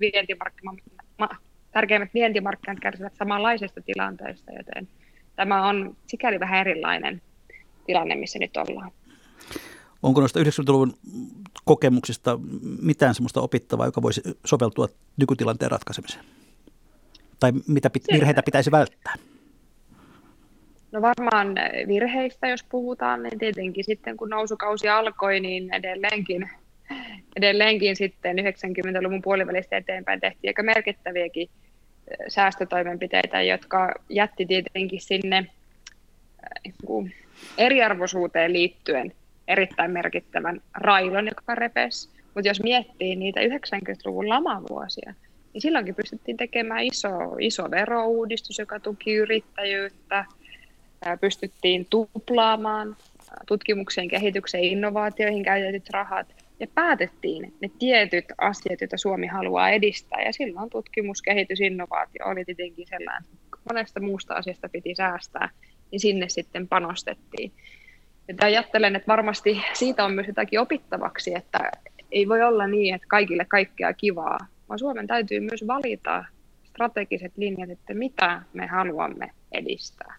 tärkeimmät vientimarkkinat kärsivät samanlaisesta tilanteesta, joten tämä on sikäli vähän erilainen tilanne, missä nyt ollaan. Onko noista 90-luvun kokemuksista mitään sellaista opittavaa, joka voisi soveltua nykytilanteen ratkaisemiseen? Tai mitä virheitä pitäisi välttää? No varmaan virheistä, jos puhutaan, niin tietenkin sitten kun nousukausi alkoi, niin edelleenkin sitten 90-luvun puolivälistä eteenpäin tehtiin aika merkittäviäkin säästötoimenpiteitä, jotka jätti tietenkin sinne eriarvoisuuteen liittyen erittäin merkittävän railon, joka repesi. Mutta jos miettii niitä 90-luvun lamavuosia, niin silloinkin pystyttiin tekemään iso verouudistus, joka tuki yrittäjyyttä. Pystyttiin tuplaamaan tutkimukseen, kehitykseen ja innovaatioihin käytetyt rahat. Ja päätettiin ne tietyt asiat, joita Suomi haluaa edistää. Ja silloin tutkimus, kehitys, innovaatio oli tietenkin sellainen, kun monesta muusta asiasta piti säästää, niin sinne sitten panostettiin. Ja ajattelen, että varmasti siitä on myös jotakin opittavaksi, että ei voi olla niin, että kaikille kaikkea kivaa, vaan Suomen täytyy myös valita strategiset linjat, että mitä me haluamme edistää.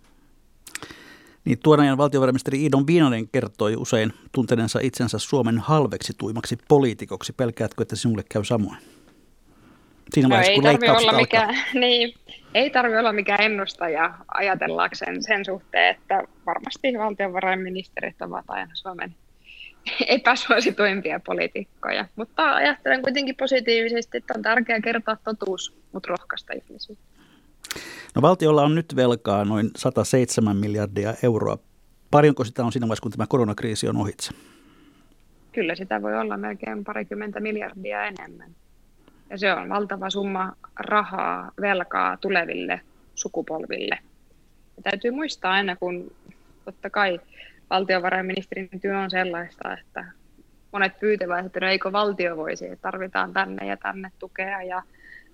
Niin, tuon ajan valtiovarainministeri Iidon Viinanen kertoi usein tunteneensa itsensä Suomen halveksituimaksi poliitikoksi. Pelkäätkö, että sinulle käy samoin? Siinä vaiheessa, kun leikkaukset alkaa. Ei tarvitse olla mikään ennustaja ajatellakseen sen suhteen, että varmasti valtiovarainministerit ovat aina Suomen epäsuosituimpia poliitikkoja. Mutta ajattelen kuitenkin positiivisesti, että on tärkeää kertoa totuus, mutta rohkaista ihmisiä. No, valtiolla on nyt velkaa noin 107 miljardia euroa. Paljonko sitä on siinä vaiheessa, kun tämä koronakriisi on ohitse? Kyllä sitä voi olla melkein 20 miljardia enemmän. Ja se on valtava summa rahaa, velkaa tuleville sukupolville. Ja täytyy muistaa aina, kun totta kai valtiovarainministerin työ on sellaista, että monet pyytävät, että no eikö valtio voisi, että tarvitaan tänne ja tänne tukea ja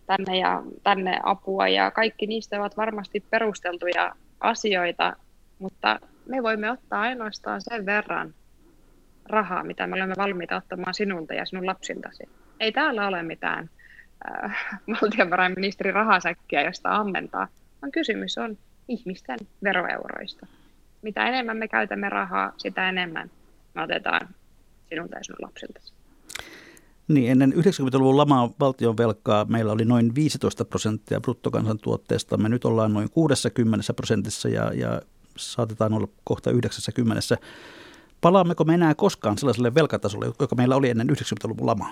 tänne apua, ja kaikki niistä ovat varmasti perusteltuja asioita, mutta me voimme ottaa ainoastaan sen verran rahaa, mitä me olemme valmiita ottamaan sinulta ja sinun lapsiltasi. Ei täällä ole mitään valtiovarainministerin rahasäkkiä, josta ammentaa, vaan kysymys on ihmisten veroeuroista. Mitä enemmän me käytämme rahaa, sitä enemmän me otetaan sinulta ja sinun lapsiltasi. Niin, ennen 90-luvun lamaa valtion velkaa meillä oli noin 15% bruttokansantuotteesta. Me nyt ollaan noin 60% ja saatetaan olla kohta 90%. Palaammeko me enää koskaan sellaiselle velkatasolle, joka meillä oli ennen 90-luvun lamaa?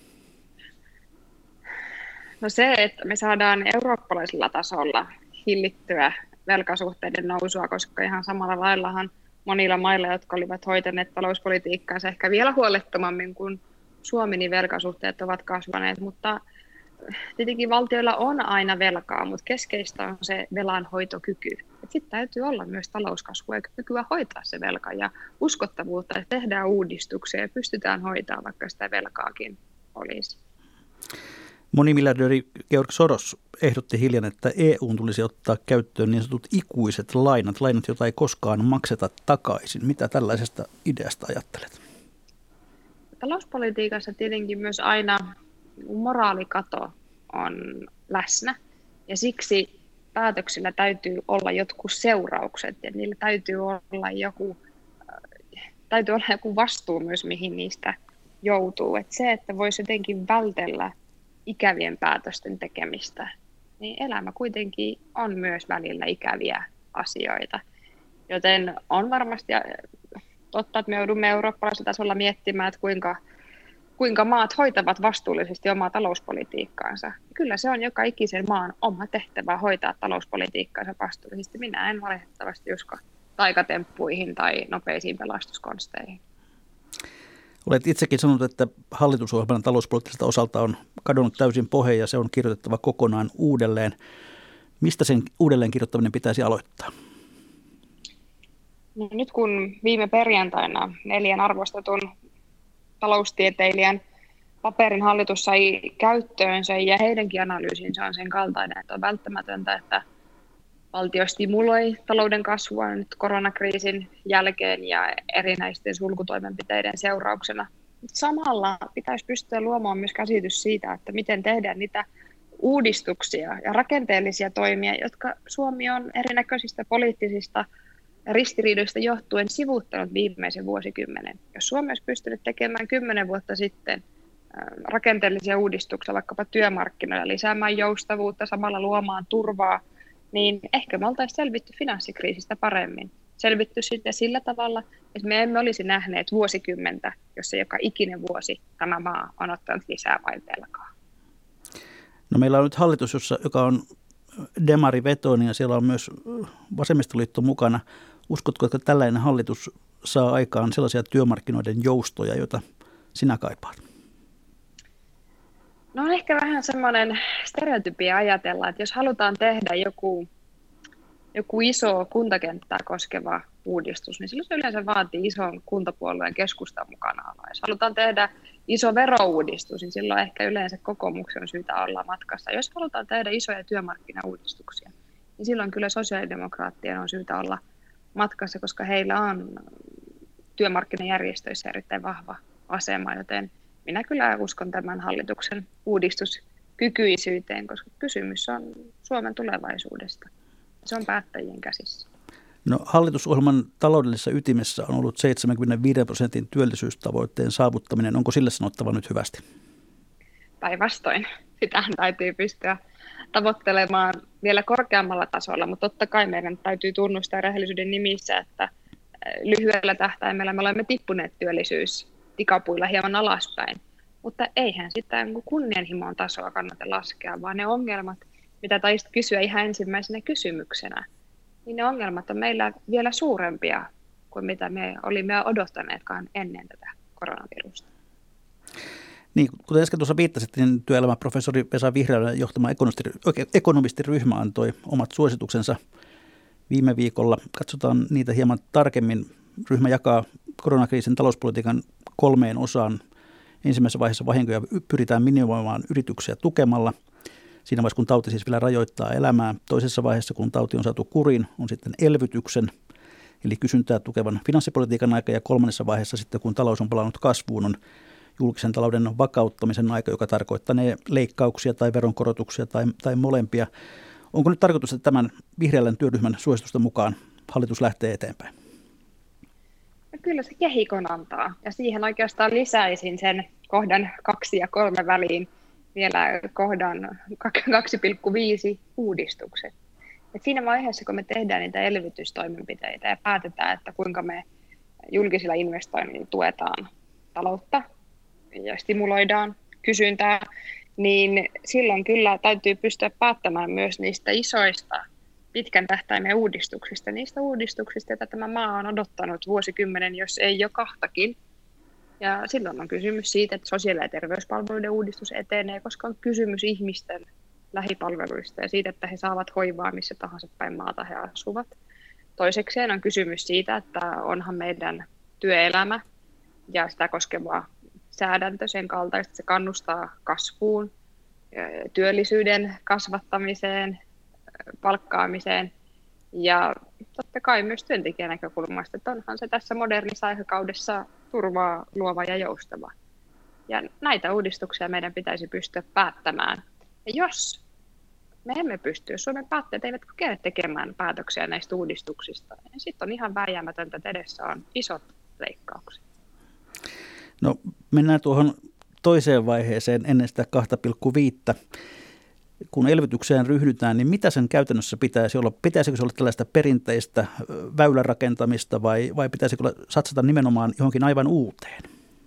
No se, että me saadaan eurooppalaisella tasolla hillittyä velkasuhteiden nousua, koska ihan samalla laillahan monilla mailla, jotka olivat hoitaneet talouspolitiikkaansa ehkä vielä huolettomammin kuin Suomi, niin velkasuhteet ovat kasvaneet, mutta tietenkin valtioilla on aina velkaa, mutta keskeistä on se velanhoitokyky. Sitten täytyy olla myös talouskasvua ja kykyä hoitaa se velka ja uskottavuutta, että tehdään uudistuksia ja pystytään hoitamaan, vaikka sitä velkaakin olisi. Monimiljardööri George Soros ehdotti hiljan, että EU:n tulisi ottaa käyttöön niin sanotut ikuiset lainat, joita ei koskaan makseta takaisin. Mitä tällaisesta ideasta ajattelet? Talouspolitiikassa tietenkin myös aina moraalikato on läsnä ja siksi päätöksillä täytyy olla jotkut seuraukset ja niillä täytyy olla joku vastuu myös, mihin niistä joutuu. Et se, että voisi jotenkin vältellä ikävien päätösten tekemistä, niin elämä kuitenkin on myös välillä ikäviä asioita. Joten on varmasti totta, että me joudumme eurooppalaisella tasolla miettimään, että kuinka maat hoitavat vastuullisesti omaa talouspolitiikkaansa. Kyllä se on joka ikisen maan oma tehtävä hoitaa talouspolitiikkaansa vastuullisesti. Minä en valitettavasti usko taikatemppuihin tai nopeisiin pelastuskonsteihin. Olet itsekin sanonut, että hallitusohjelman talouspoliittiselta osalta on kadonnut täysin pohja ja se on kirjoitettava kokonaan uudelleen. Mistä sen uudelleen kirjoittaminen pitäisi aloittaa? No, nyt kun viime perjantaina 4 arvostetun taloustieteilijän paperin hallitus sai käyttöönsä ja heidänkin analyysinsä on sen kaltainen, että on välttämätöntä, että valtio stimuloi talouden kasvua nyt koronakriisin jälkeen ja erinäisten sulkutoimenpiteiden seurauksena. Samalla pitäisi pystyä luomaan myös käsitys siitä, että miten tehdään niitä uudistuksia ja rakenteellisia toimia, jotka Suomi on erinäköisistä poliittisista ristiriidoista johtuen sivuuttanut viimeisen vuosikymmenen. Jos Suomi olisi pystynyt tekemään 10 vuotta sitten rakenteellisia uudistuksia vaikkapa työmarkkinoilla, lisäämään joustavuutta, samalla luomaan turvaa, niin ehkä me oltaisiin selvitty finanssikriisistä paremmin. Selvitty sitten sillä tavalla, että me emme olisi nähneet vuosikymmentä, jossa joka ikinen vuosi tämä maa on ottanut lisää vain velkaa. No meillä on nyt hallitus, joka on demarivetoinen ja siellä on myös vasemmistoliitto mukana. Uskotko, että tällainen hallitus saa aikaan sellaisia työmarkkinoiden joustoja, joita sinä kaipaat? No on ehkä vähän semmoinen stereotypia ajatella, että jos halutaan tehdä joku iso kuntakenttää koskeva uudistus, niin silloin se yleensä vaatii ison kuntapuolueen keskustan mukana. Jos halutaan tehdä iso verouudistus, niin silloin ehkä yleensä kokoomuksen on syytä olla matkassa. Jos halutaan tehdä isoja työmarkkinauudistuksia, niin silloin kyllä sosiaalidemokraattien on syytä olla matkassa, koska heillä on työmarkkinajärjestöissä erittäin vahva asema, joten minä kyllä uskon tämän hallituksen uudistuskykyisyyteen, koska kysymys on Suomen tulevaisuudesta. Se on päättäjien käsissä. No, hallitusohjelman taloudellisessa ytimessä on ollut 75% työllisyystavoitteen saavuttaminen. Onko sille sanottava nyt hyvästi? Päinvastoin. Sitähän täytyy pystyä tavoittelemaan vielä korkeammalla tasolla, mutta totta kai meidän täytyy tunnustaa rehellisyyden nimissä, että lyhyellä tähtäimellä me olemme tippuneet työllisyystikapuilla hieman alaspäin. Mutta eihän sitä kunnianhimon tasoa kannata laskea, vaan ne ongelmat, mitä taisit kysyä ihan ensimmäisenä kysymyksenä, niin ne ongelmat on meillä vielä suurempia kuin mitä me olimme odottaneetkaan ennen tätä koronavirusta. Niin, kuten äsken tuossa viittasit, niin työelämäprofessori Vesa Vihriälän johtama ekonomistiryhmä antoi omat suosituksensa viime viikolla. Katsotaan niitä hieman tarkemmin. Ryhmä jakaa koronakriisin talouspolitiikan 3 osaan. Ensimmäisessä vaiheessa vahinkoja pyritään minimoimaan yrityksiä tukemalla. Siinä vaiheessa, kun tauti siis vielä rajoittaa elämää. Toisessa vaiheessa, kun tauti on saatu kuriin, on sitten elvytyksen, eli kysyntää tukevan finanssipolitiikan aika. Ja 3. vaiheessa sitten, kun talous on palannut kasvuun, on julkisen talouden vakauttamisen aika, joka tarkoittaa leikkauksia tai veronkorotuksia tai molempia. Onko nyt tarkoitus, että tämän Vihriälän työryhmän suositusten mukaan hallitus lähtee eteenpäin? No kyllä se kehikon antaa, ja siihen oikeastaan lisäisin sen kohdan 2 ja 3 väliin vielä kohdan 2,5 uudistukset. Et siinä vaiheessa, kun me tehdään niitä elvytystoimenpiteitä ja päätetään, että kuinka me julkisilla investoinnilla tuetaan taloutta ja stimuloidaan kysyntää, niin silloin kyllä täytyy pystyä päättämään myös niistä isoista pitkän tähtäimen uudistuksista, niistä uudistuksista, joita tämä maa on odottanut vuosikymmenen, jos ei jo 2. Ja silloin on kysymys siitä, että sosiaali- ja terveyspalveluiden uudistus etenee, koska on kysymys ihmisten lähipalveluista ja siitä, että he saavat hoivaa missä tahansa päin maata he asuvat. Toisekseen on kysymys siitä, että onhan meidän työelämä ja sitä koskeva säädäntö sen kaltaista, että se kannustaa kasvuun, työllisyyden kasvattamiseen, palkkaamiseen ja totta kai myös työntekijän näkökulmasta, että onhan se tässä modernissa aikakaudessa turvaa luova ja joustava. Ja näitä uudistuksia meidän pitäisi pystyä päättämään. Ja jos me emme pysty, jos Suomen päättäjät eivät kykene tekemään päätöksiä näistä uudistuksista, niin sitten on ihan vääjäämätöntä, että edessä on isot leikkaukset. No mennään tuohon toiseen vaiheeseen ennen sitä 2,5. Kun elvytykseen ryhdytään, niin mitä sen käytännössä pitäisi olla? Pitäisikö se olla tällaista perinteistä väylärakentamista vai pitäisikö satsata nimenomaan johonkin aivan uuteen?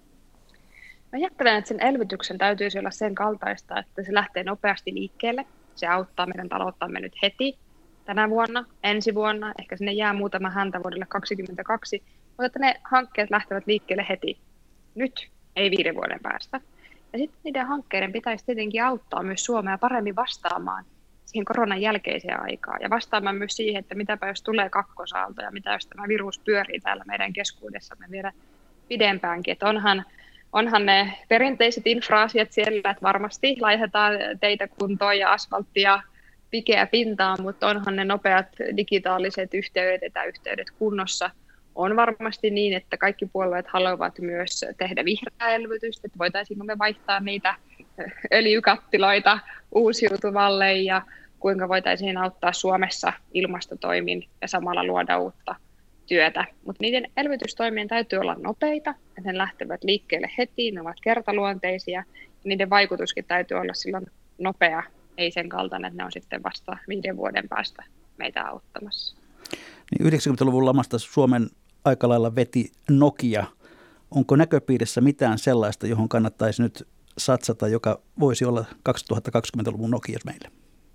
Mä ajattelen, että sen elvytyksen täytyisi olla sen kaltaista, että se lähtee nopeasti liikkeelle. Se auttaa meidän talouttamme nyt heti tänä vuonna, ensi vuonna. Ehkä sinne jää muutama häntä vuodelle 2022, mutta että ne hankkeet lähtevät liikkeelle heti. Nyt, ei 5 vuoden päästä. Ja sitten niiden hankkeiden pitäisi tietenkin auttaa myös Suomea paremmin vastaamaan siihen koronan jälkeiseen aikaan. Ja vastaamaan myös siihen, että mitäpä jos tulee kakkosaalto ja mitä jos tämä virus pyörii täällä meidän keskuudessamme vielä pidempäänkin. Että onhan ne perinteiset infra-asiat siellä, että varmasti laitetaan teitä kuntoon ja asfalttia pikeä pintaan, mutta onhan ne nopeat digitaaliset yhteydet, etäyhteydet kunnossa. On varmasti niin, että kaikki puolueet haluavat myös tehdä vihreää elvytystä, että voitaisiinko me vaihtaa niitä öljykattiloita uusiutuvalle ja kuinka voitaisiin auttaa Suomessa ilmastotoimin ja samalla luoda uutta työtä. Mutta niiden elvytystoimien täytyy olla nopeita, että ne lähtevät liikkeelle heti, ne ovat kertaluonteisia ja niiden vaikutuskin täytyy olla silloin nopea, ei sen kaltainen, että ne on sitten vasta 5 vuoden päästä meitä auttamassa. Niin 90-luvun lamasta Suomen aika lailla veti Nokia. Onko näköpiirissä mitään sellaista, johon kannattaisi nyt satsata, joka voisi olla 2020-luvun Nokia meille?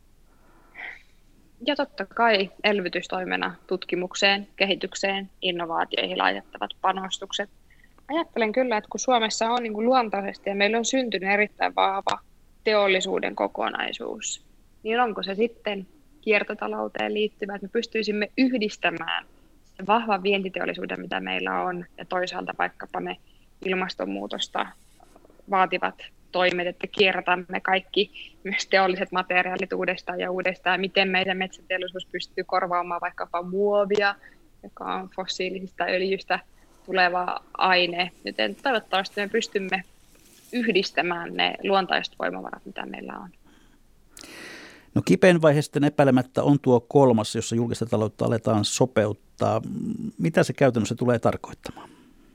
Ja totta kai elvytystoimena tutkimukseen, kehitykseen, innovaatioihin laitettavat panostukset. Ajattelen kyllä, että kun Suomessa on niin kuin luontaisesti ja meillä on syntynyt erittäin vahva teollisuuden kokonaisuus, niin onko se sitten kiertotalouteen liittyvä, että me pystyisimme yhdistämään sen vahvan vientiteollisuuden, mitä meillä on, ja toisaalta vaikkapa ne ilmastonmuutosta vaativat toimet, että kierrätämme kaikki myös teolliset materiaalit uudestaan ja uudestaan, miten meidän metsäteollisuus pystyy korvaamaan vaikkapa muovia, joka on fossiilisista öljystä tuleva aine, joten toivottavasti me pystymme yhdistämään ne luontaiset voimavarat, mitä meillä on. No kipein vaihe sitten epäilemättä on tuo 3, jossa julkista taloutta aletaan sopeuttaa. Mitä se käytännössä tulee tarkoittamaan?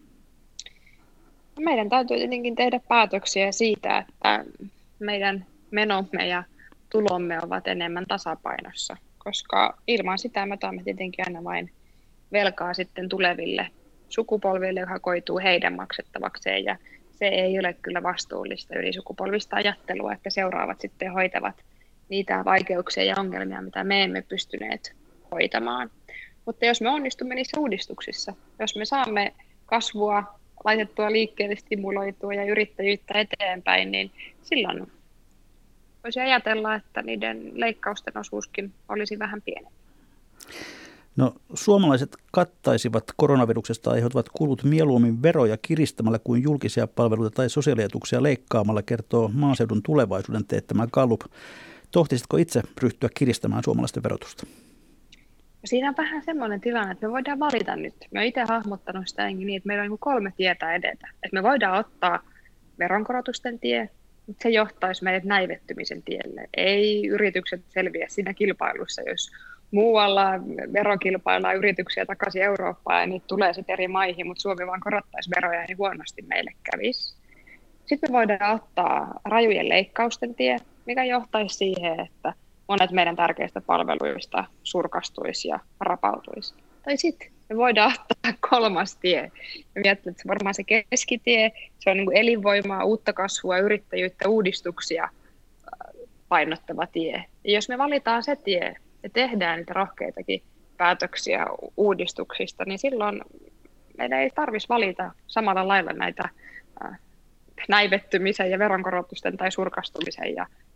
Meidän täytyy tietenkin tehdä päätöksiä siitä, että meidän menomme ja tulomme ovat enemmän tasapainossa, koska ilman sitä me otamme tietenkin aina vain velkaa sitten tuleville sukupolville, joka koituu heidän maksettavakseen, ja se ei ole kyllä vastuullista ylisukupolvista ajattelua, että seuraavat sitten hoitavat niitä vaikeuksia ja ongelmia, mitä me emme pystyneet hoitamaan. Mutta jos me onnistumme niissä uudistuksissa, jos me saamme kasvua laitettua liikkeelle, stimuloitua ja yrittäjyyttä eteenpäin, niin silloin voisi ajatella, että niiden leikkausten osuuskin olisi vähän pienempi. No, suomalaiset kattaisivat koronaviruksesta aiheutuvat kulut mieluummin veroja kiristämällä kuin julkisia palveluita tai sosiaalietuuksia leikkaamalla, kertoo Maaseudun Tulevaisuuden teettämä Gallup. Tohtisitko itse ryhtyä kiristämään suomalaisten verotusta? Siinä on vähän semmoinen tilanne, että me voidaan valita nyt. Me olen itse hahmottanut sitä niin, että meillä on 3 tietä edetä. Että me voidaan ottaa veronkorotusten tie, mutta se johtaisi meidät näivettymisen tielle. Ei yritykset selviä siinä kilpailussa, jos muualla verokilpaillaan yrityksiä takaisin Eurooppaan ja niitä tulee sitten eri maihin, mutta Suomi vaan korottaisi veroja, niin huonosti meille kävisi. Sitten me voidaan ottaa rajujen leikkausten tie, mikä johtaisi siihen, että monet meidän tärkeistä palveluista surkastuisi ja rapautuisi. Tai sitten me voidaan ottaa 3. tie. Ja miettiä, että varmaan se keskitie, se on niin kuin elinvoimaa, uutta kasvua, yrittäjyyttä, uudistuksia painottava tie. Ja jos me valitaan se tie ja tehdään niitä rohkeitakin päätöksiä uudistuksista, niin silloin meidän ei tarvitsisi valita samalla lailla näitä näivettymisen ja veronkorotusten tai surkastumisen ja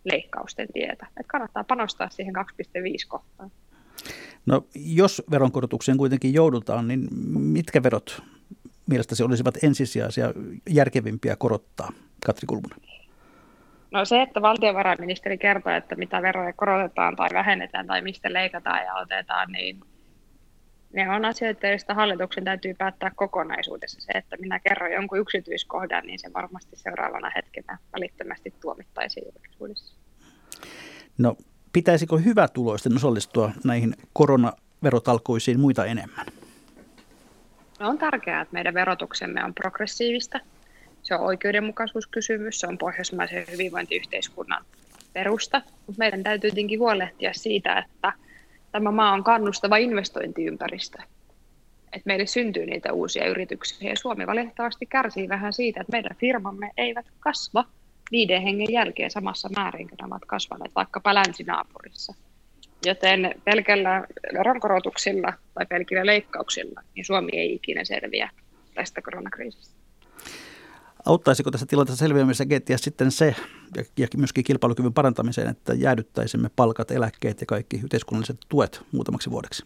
leikkausten tietä. Että kannattaa panostaa siihen 2,5 kohtaan. No jos veronkorotukseen kuitenkin joudutaan, niin mitkä verot mielestäsi olisivat ensisijaisia järkevimpiä korottaa, Katri Kulmunen? No se, että valtiovarainministeri kertoo, että mitä veroja korotetaan tai vähennetään tai mistä leikataan ja otetaan, niin ne on asioita, joista hallituksen täytyy päättää kokonaisuudessa. Se, että minä kerron jonkun yksityiskohdan, niin se varmasti seuraavana hetkenä välittömästi tuomittaisiin julkisuudessa. No pitäisikö hyvätuloisten osallistua näihin koronaverotalkoisiin muita enemmän? No on tärkeää, että meidän verotuksemme on progressiivista. Se on oikeudenmukaisuuskysymys, se on pohjoismaisen hyvinvointiyhteiskunnan perusta. Mutta meidän täytyy tietenkin huolehtia siitä, että tämä maa on kannustava investointiympäristö. Että meille syntyy niitä uusia yrityksiä. Ja Suomi valitettavasti kärsii vähän siitä, että meidän firmamme eivät kasva 5 hengen jälkeen samassa määrin, kun ne ovat kasvaneet vaikkapa länsinaapurissa. Joten pelkällä veronkorotuksilla tai pelkillä leikkauksilla niin Suomi ei ikinä selviä tästä koronakriisistä. Auttaisiko tässä tilanteessa selviämisessä kenties sitten se, ja myöskin kilpailukyvyn parantamiseen, että jäädyttäisimme palkat, eläkkeet ja kaikki yhteiskunnalliset tuet muutamaksi vuodeksi?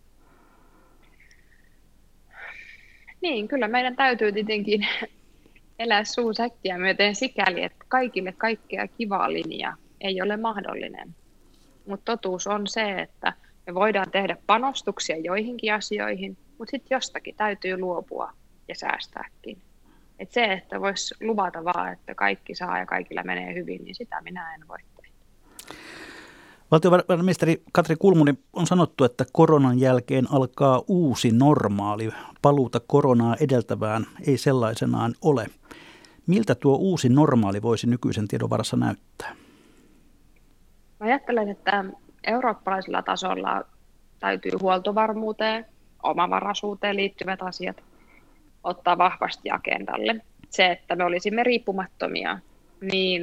Niin, kyllä meidän täytyy tietenkin elää suu säkkiä myöten sikäli, että kaikille kaikkea kivaa linjaa ei ole mahdollinen. Mutta totuus on se, että me voidaan tehdä panostuksia joihinkin asioihin, mutta sitten jostakin täytyy luopua ja säästääkin. Et se, että voisi luvata vaan, että kaikki saa ja kaikilla menee hyvin, niin sitä minä en voi tehdä. Valtiovarainministeri Katri Kulmuni, on sanottu, että koronan jälkeen alkaa uusi normaali. Paluuta koronaa edeltävään ei sellaisenaan ole. Miltä tuo uusi normaali voisi nykyisen tiedon varassa näyttää? Mä ajattelen, että eurooppalaisella tasolla täytyy huoltovarmuuteen, omavaraisuuteen liittyvät asiat ottaa vahvasti agendalle. Se, että me olisimme riippumattomia niin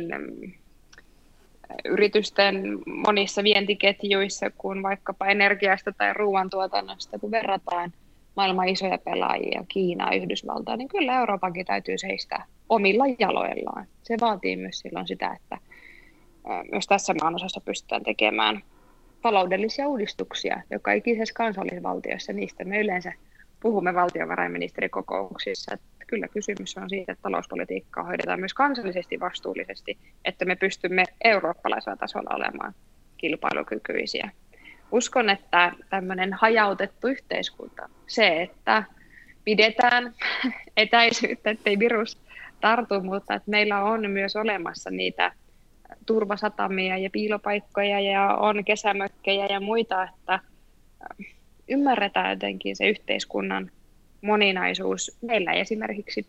yritysten monissa vientiketjuissa kuin vaikkapa energiasta tai ruoantuotannosta, kun verrataan maailman isoja pelaajia, Kiinaa, Yhdysvaltaa, niin kyllä Euroopankin täytyy seistä omilla jaloillaan. Se vaatii myös silloin sitä, että myös tässä maanosassa pystytään tekemään taloudellisia uudistuksia, joka ikisessä kansallisvaltiossa, niistä me yleensä puhumme valtiovarainministerikokouksissa, että kyllä kysymys on siitä, että talouspolitiikkaa hoidetaan myös kansallisesti vastuullisesti, että me pystymme eurooppalaisella tasolla olemaan kilpailukykyisiä. Uskon, että tämmöinen hajautettu yhteiskunta, se, että pidetään etäisyyttä, ettei virus tartu, mutta että meillä on myös olemassa niitä turvasatamia ja piilopaikkoja ja on kesämökkejä ja muita, että ymmärretään jotenkin se yhteiskunnan moninaisuus. Meillä esimerkiksi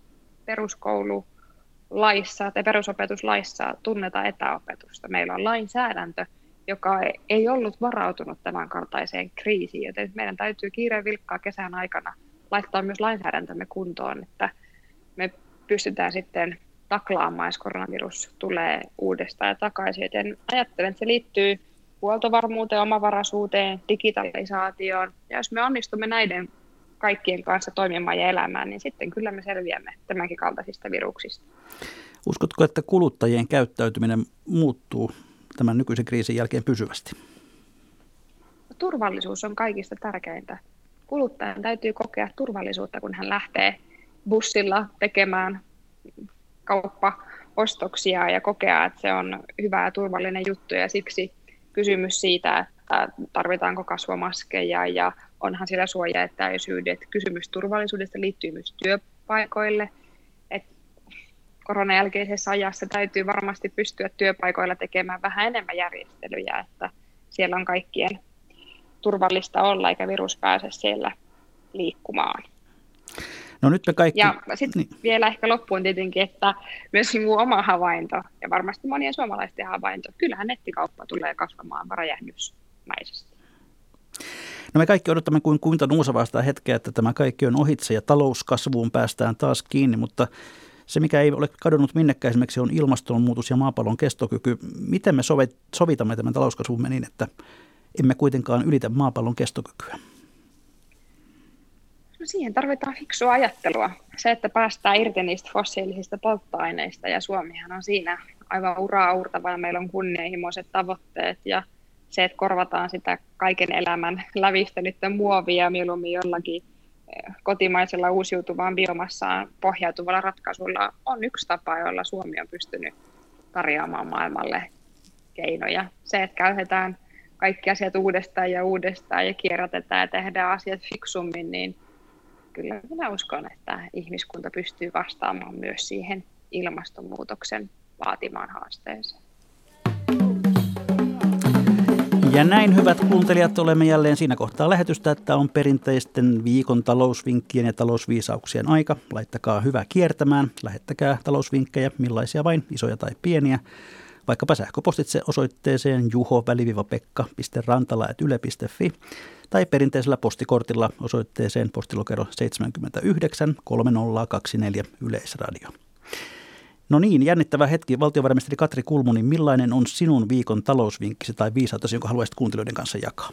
peruskoululaissa tai perusopetuslaissa tunnetaan etäopetusta. Meillä on lainsäädäntö, joka ei ollut varautunut tämän kaltaiseen kriisiin, joten meidän täytyy kiireen vilkkaa kesän aikana laittaa myös lainsäädäntömme kuntoon, että me pystytään sitten taklaamaan, jos koronavirus tulee uudestaan ja takaisin. Joten ajattelen, että se liittyy huoltovarmuuteen, omavaraisuuteen, digitalisaatioon. Ja jos me onnistumme näiden kaikkien kanssa toimimaan ja elämään, niin sitten kyllä me selviämme tämänkin kaltaisista viruksista. Uskotko, että kuluttajien käyttäytyminen muuttuu tämän nykyisen kriisin jälkeen pysyvästi? Turvallisuus on kaikista tärkeintä. Kuluttajan täytyy kokea turvallisuutta, kun hän lähtee bussilla tekemään kauppaostoksia ja kokea, että se on hyvä ja turvallinen juttu. Ja siksi kysymys siitä, että tarvitaanko kasvomaskeja ja onhan siellä suojaetäisyydet. Kysymys turvallisuudesta liittyy myös työpaikoille. Koronan jälkeisessä ajassa täytyy varmasti pystyä työpaikoilla tekemään vähän enemmän järjestelyjä, että siellä on kaikkien turvallista olla eikä virus pääse siellä liikkumaan. No nyt me kaikki... Ja sitten vielä ehkä loppuun tietenkin, että myös minun oma havainto ja varmasti monien suomalaisten havainto, kyllähän nettikauppa tulee kasvamaan räjähdysmäisesti. No me kaikki odottamme kuin kuinka nuusavaa sitä hetkeä, että tämä kaikki on ohitse ja talouskasvuun päästään taas kiinni, mutta se, mikä ei ole kadonnut minnekään esimerkiksi, on ilmastonmuutos ja maapallon kestokyky. Miten me sovitamme tämän talouskasvumme niin, että emme kuitenkaan ylitä maapallon kestokykyä? No siihen tarvitaan fiksua ajattelua. Se, että päästään irti niistä fossiilisista polttoaineista, ja Suomihan on siinä aivan uraa uurtava, ja meillä on kunnianhimoiset tavoitteet, ja se, että korvataan sitä kaiken elämän lävistänyttä muovia mieluummin jollakin kotimaisella uusiutuvaan biomassaan pohjautuvalla ratkaisulla, on yksi tapa, jolla Suomi on pystynyt tarjoamaan maailmalle keinoja. Se, että käytetään kaikki asiat uudestaan ja kierrätetään ja tehdään asiat fiksummin, niin kyllä minä uskon, että ihmiskunta pystyy vastaamaan myös siihen ilmastonmuutoksen vaatimaan haasteeseen. Ja näin, hyvät kuuntelijat, olemme jälleen siinä kohtaa lähetystä, että on perinteisten viikon talousvinkkien ja talousviisauksien aika. Laittakaa hyvä kiertämään, lähettäkää talousvinkkejä, millaisia vain, isoja tai pieniä. Vaikkapa sähköpostitse osoitteeseen juho-pekka.rantala@yle.fi tai perinteisellä postikortilla osoitteeseen postilokero 79 3024 Yleisradio. No niin, jännittävä hetki. Valtiovarainministeri Katri Kulmuni, millainen on sinun viikon talousvinkkisi tai viisautesi, jonka haluaisit kuuntelijoiden kanssa jakaa?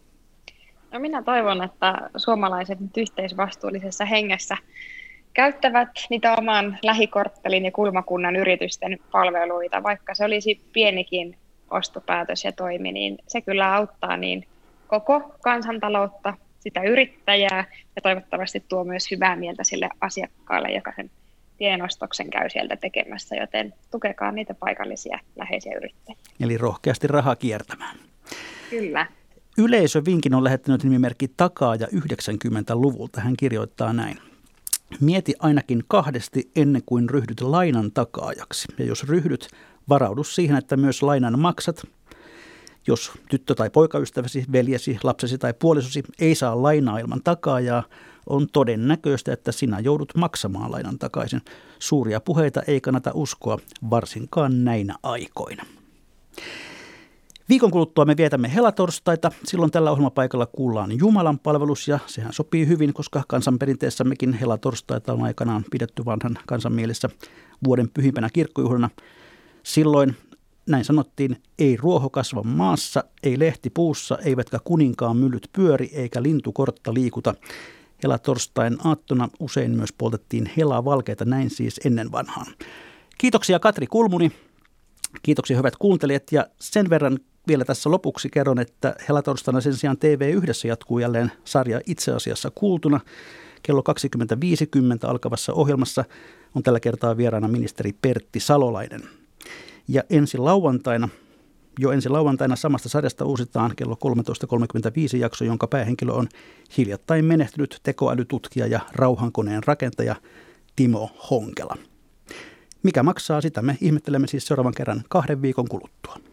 No minä toivon, että suomalaiset nyt yhteisvastuullisessa hengessä käyttävät niitä oman lähikorttelin ja kulmakunnan yritysten palveluita, vaikka se olisi pienikin ostopäätös ja toimi, niin se kyllä auttaa niin koko kansantaloutta, sitä yrittäjää ja toivottavasti tuo myös hyvää mieltä sille asiakkaalle, joka sen pienen ostoksen käy sieltä tekemässä, joten tukekaa niitä paikallisia läheisiä yrittäjiä. Eli rohkeasti rahaa kiertämään. Kyllä. Yleisövinkin on lähettänyt nimimerkki Takaaja 90-luvulta. Hän kirjoittaa näin. Mieti ainakin kahdesti ennen kuin ryhdyt lainan takaajaksi. Ja jos ryhdyt, varaudu siihen, että myös lainan maksat. Jos tyttö- tai poikaystäväsi, veljesi, lapsesi tai puolisosi ei saa lainaa ilman takaajaa, on todennäköistä, että sinä joudut maksamaan lainan takaisin. Suuria puheita ei kannata uskoa, varsinkaan näinä aikoina. Viikon kuluttua me vietämme helatorstaita. Silloin tällä ohjelmapaikalla kuullaan Jumalan palvelus ja sehän sopii hyvin, koska kansanperinteessämmekin helatorstaita on aikanaan pidetty vanhan kansan mielessä vuoden pyhimpänä kirkkojuhlana. Silloin, näin sanottiin, ei ruoho kasva maassa, ei lehti puussa, eivätkä kuninkaan myllyt pyöri eikä lintukortta liikuta. Helatorstain aattona usein myös poltettiin helavalkeita, näin siis ennen vanhaan. Kiitoksia Katri Kulmuni, kiitoksia hyvät kuuntelijat ja sen verran vielä tässä lopuksi kerron, että helatorstaina sen sijaan TV1 jatkuu jälleen sarja Itse asiassa kuultuna. Kello 20.50 alkavassa ohjelmassa on tällä kertaa vieraana ministeri Pertti Salolainen. Ja ensi lauantaina samasta sarjasta uusitaan kello 13.35 jakso, jonka päähenkilö on hiljattain menehtynyt tekoälytutkija ja rauhankoneen rakentaja Timo Honkela. Mikä maksaa, sitä me ihmettelemme siis seuraavan kerran 2 viikon kuluttua.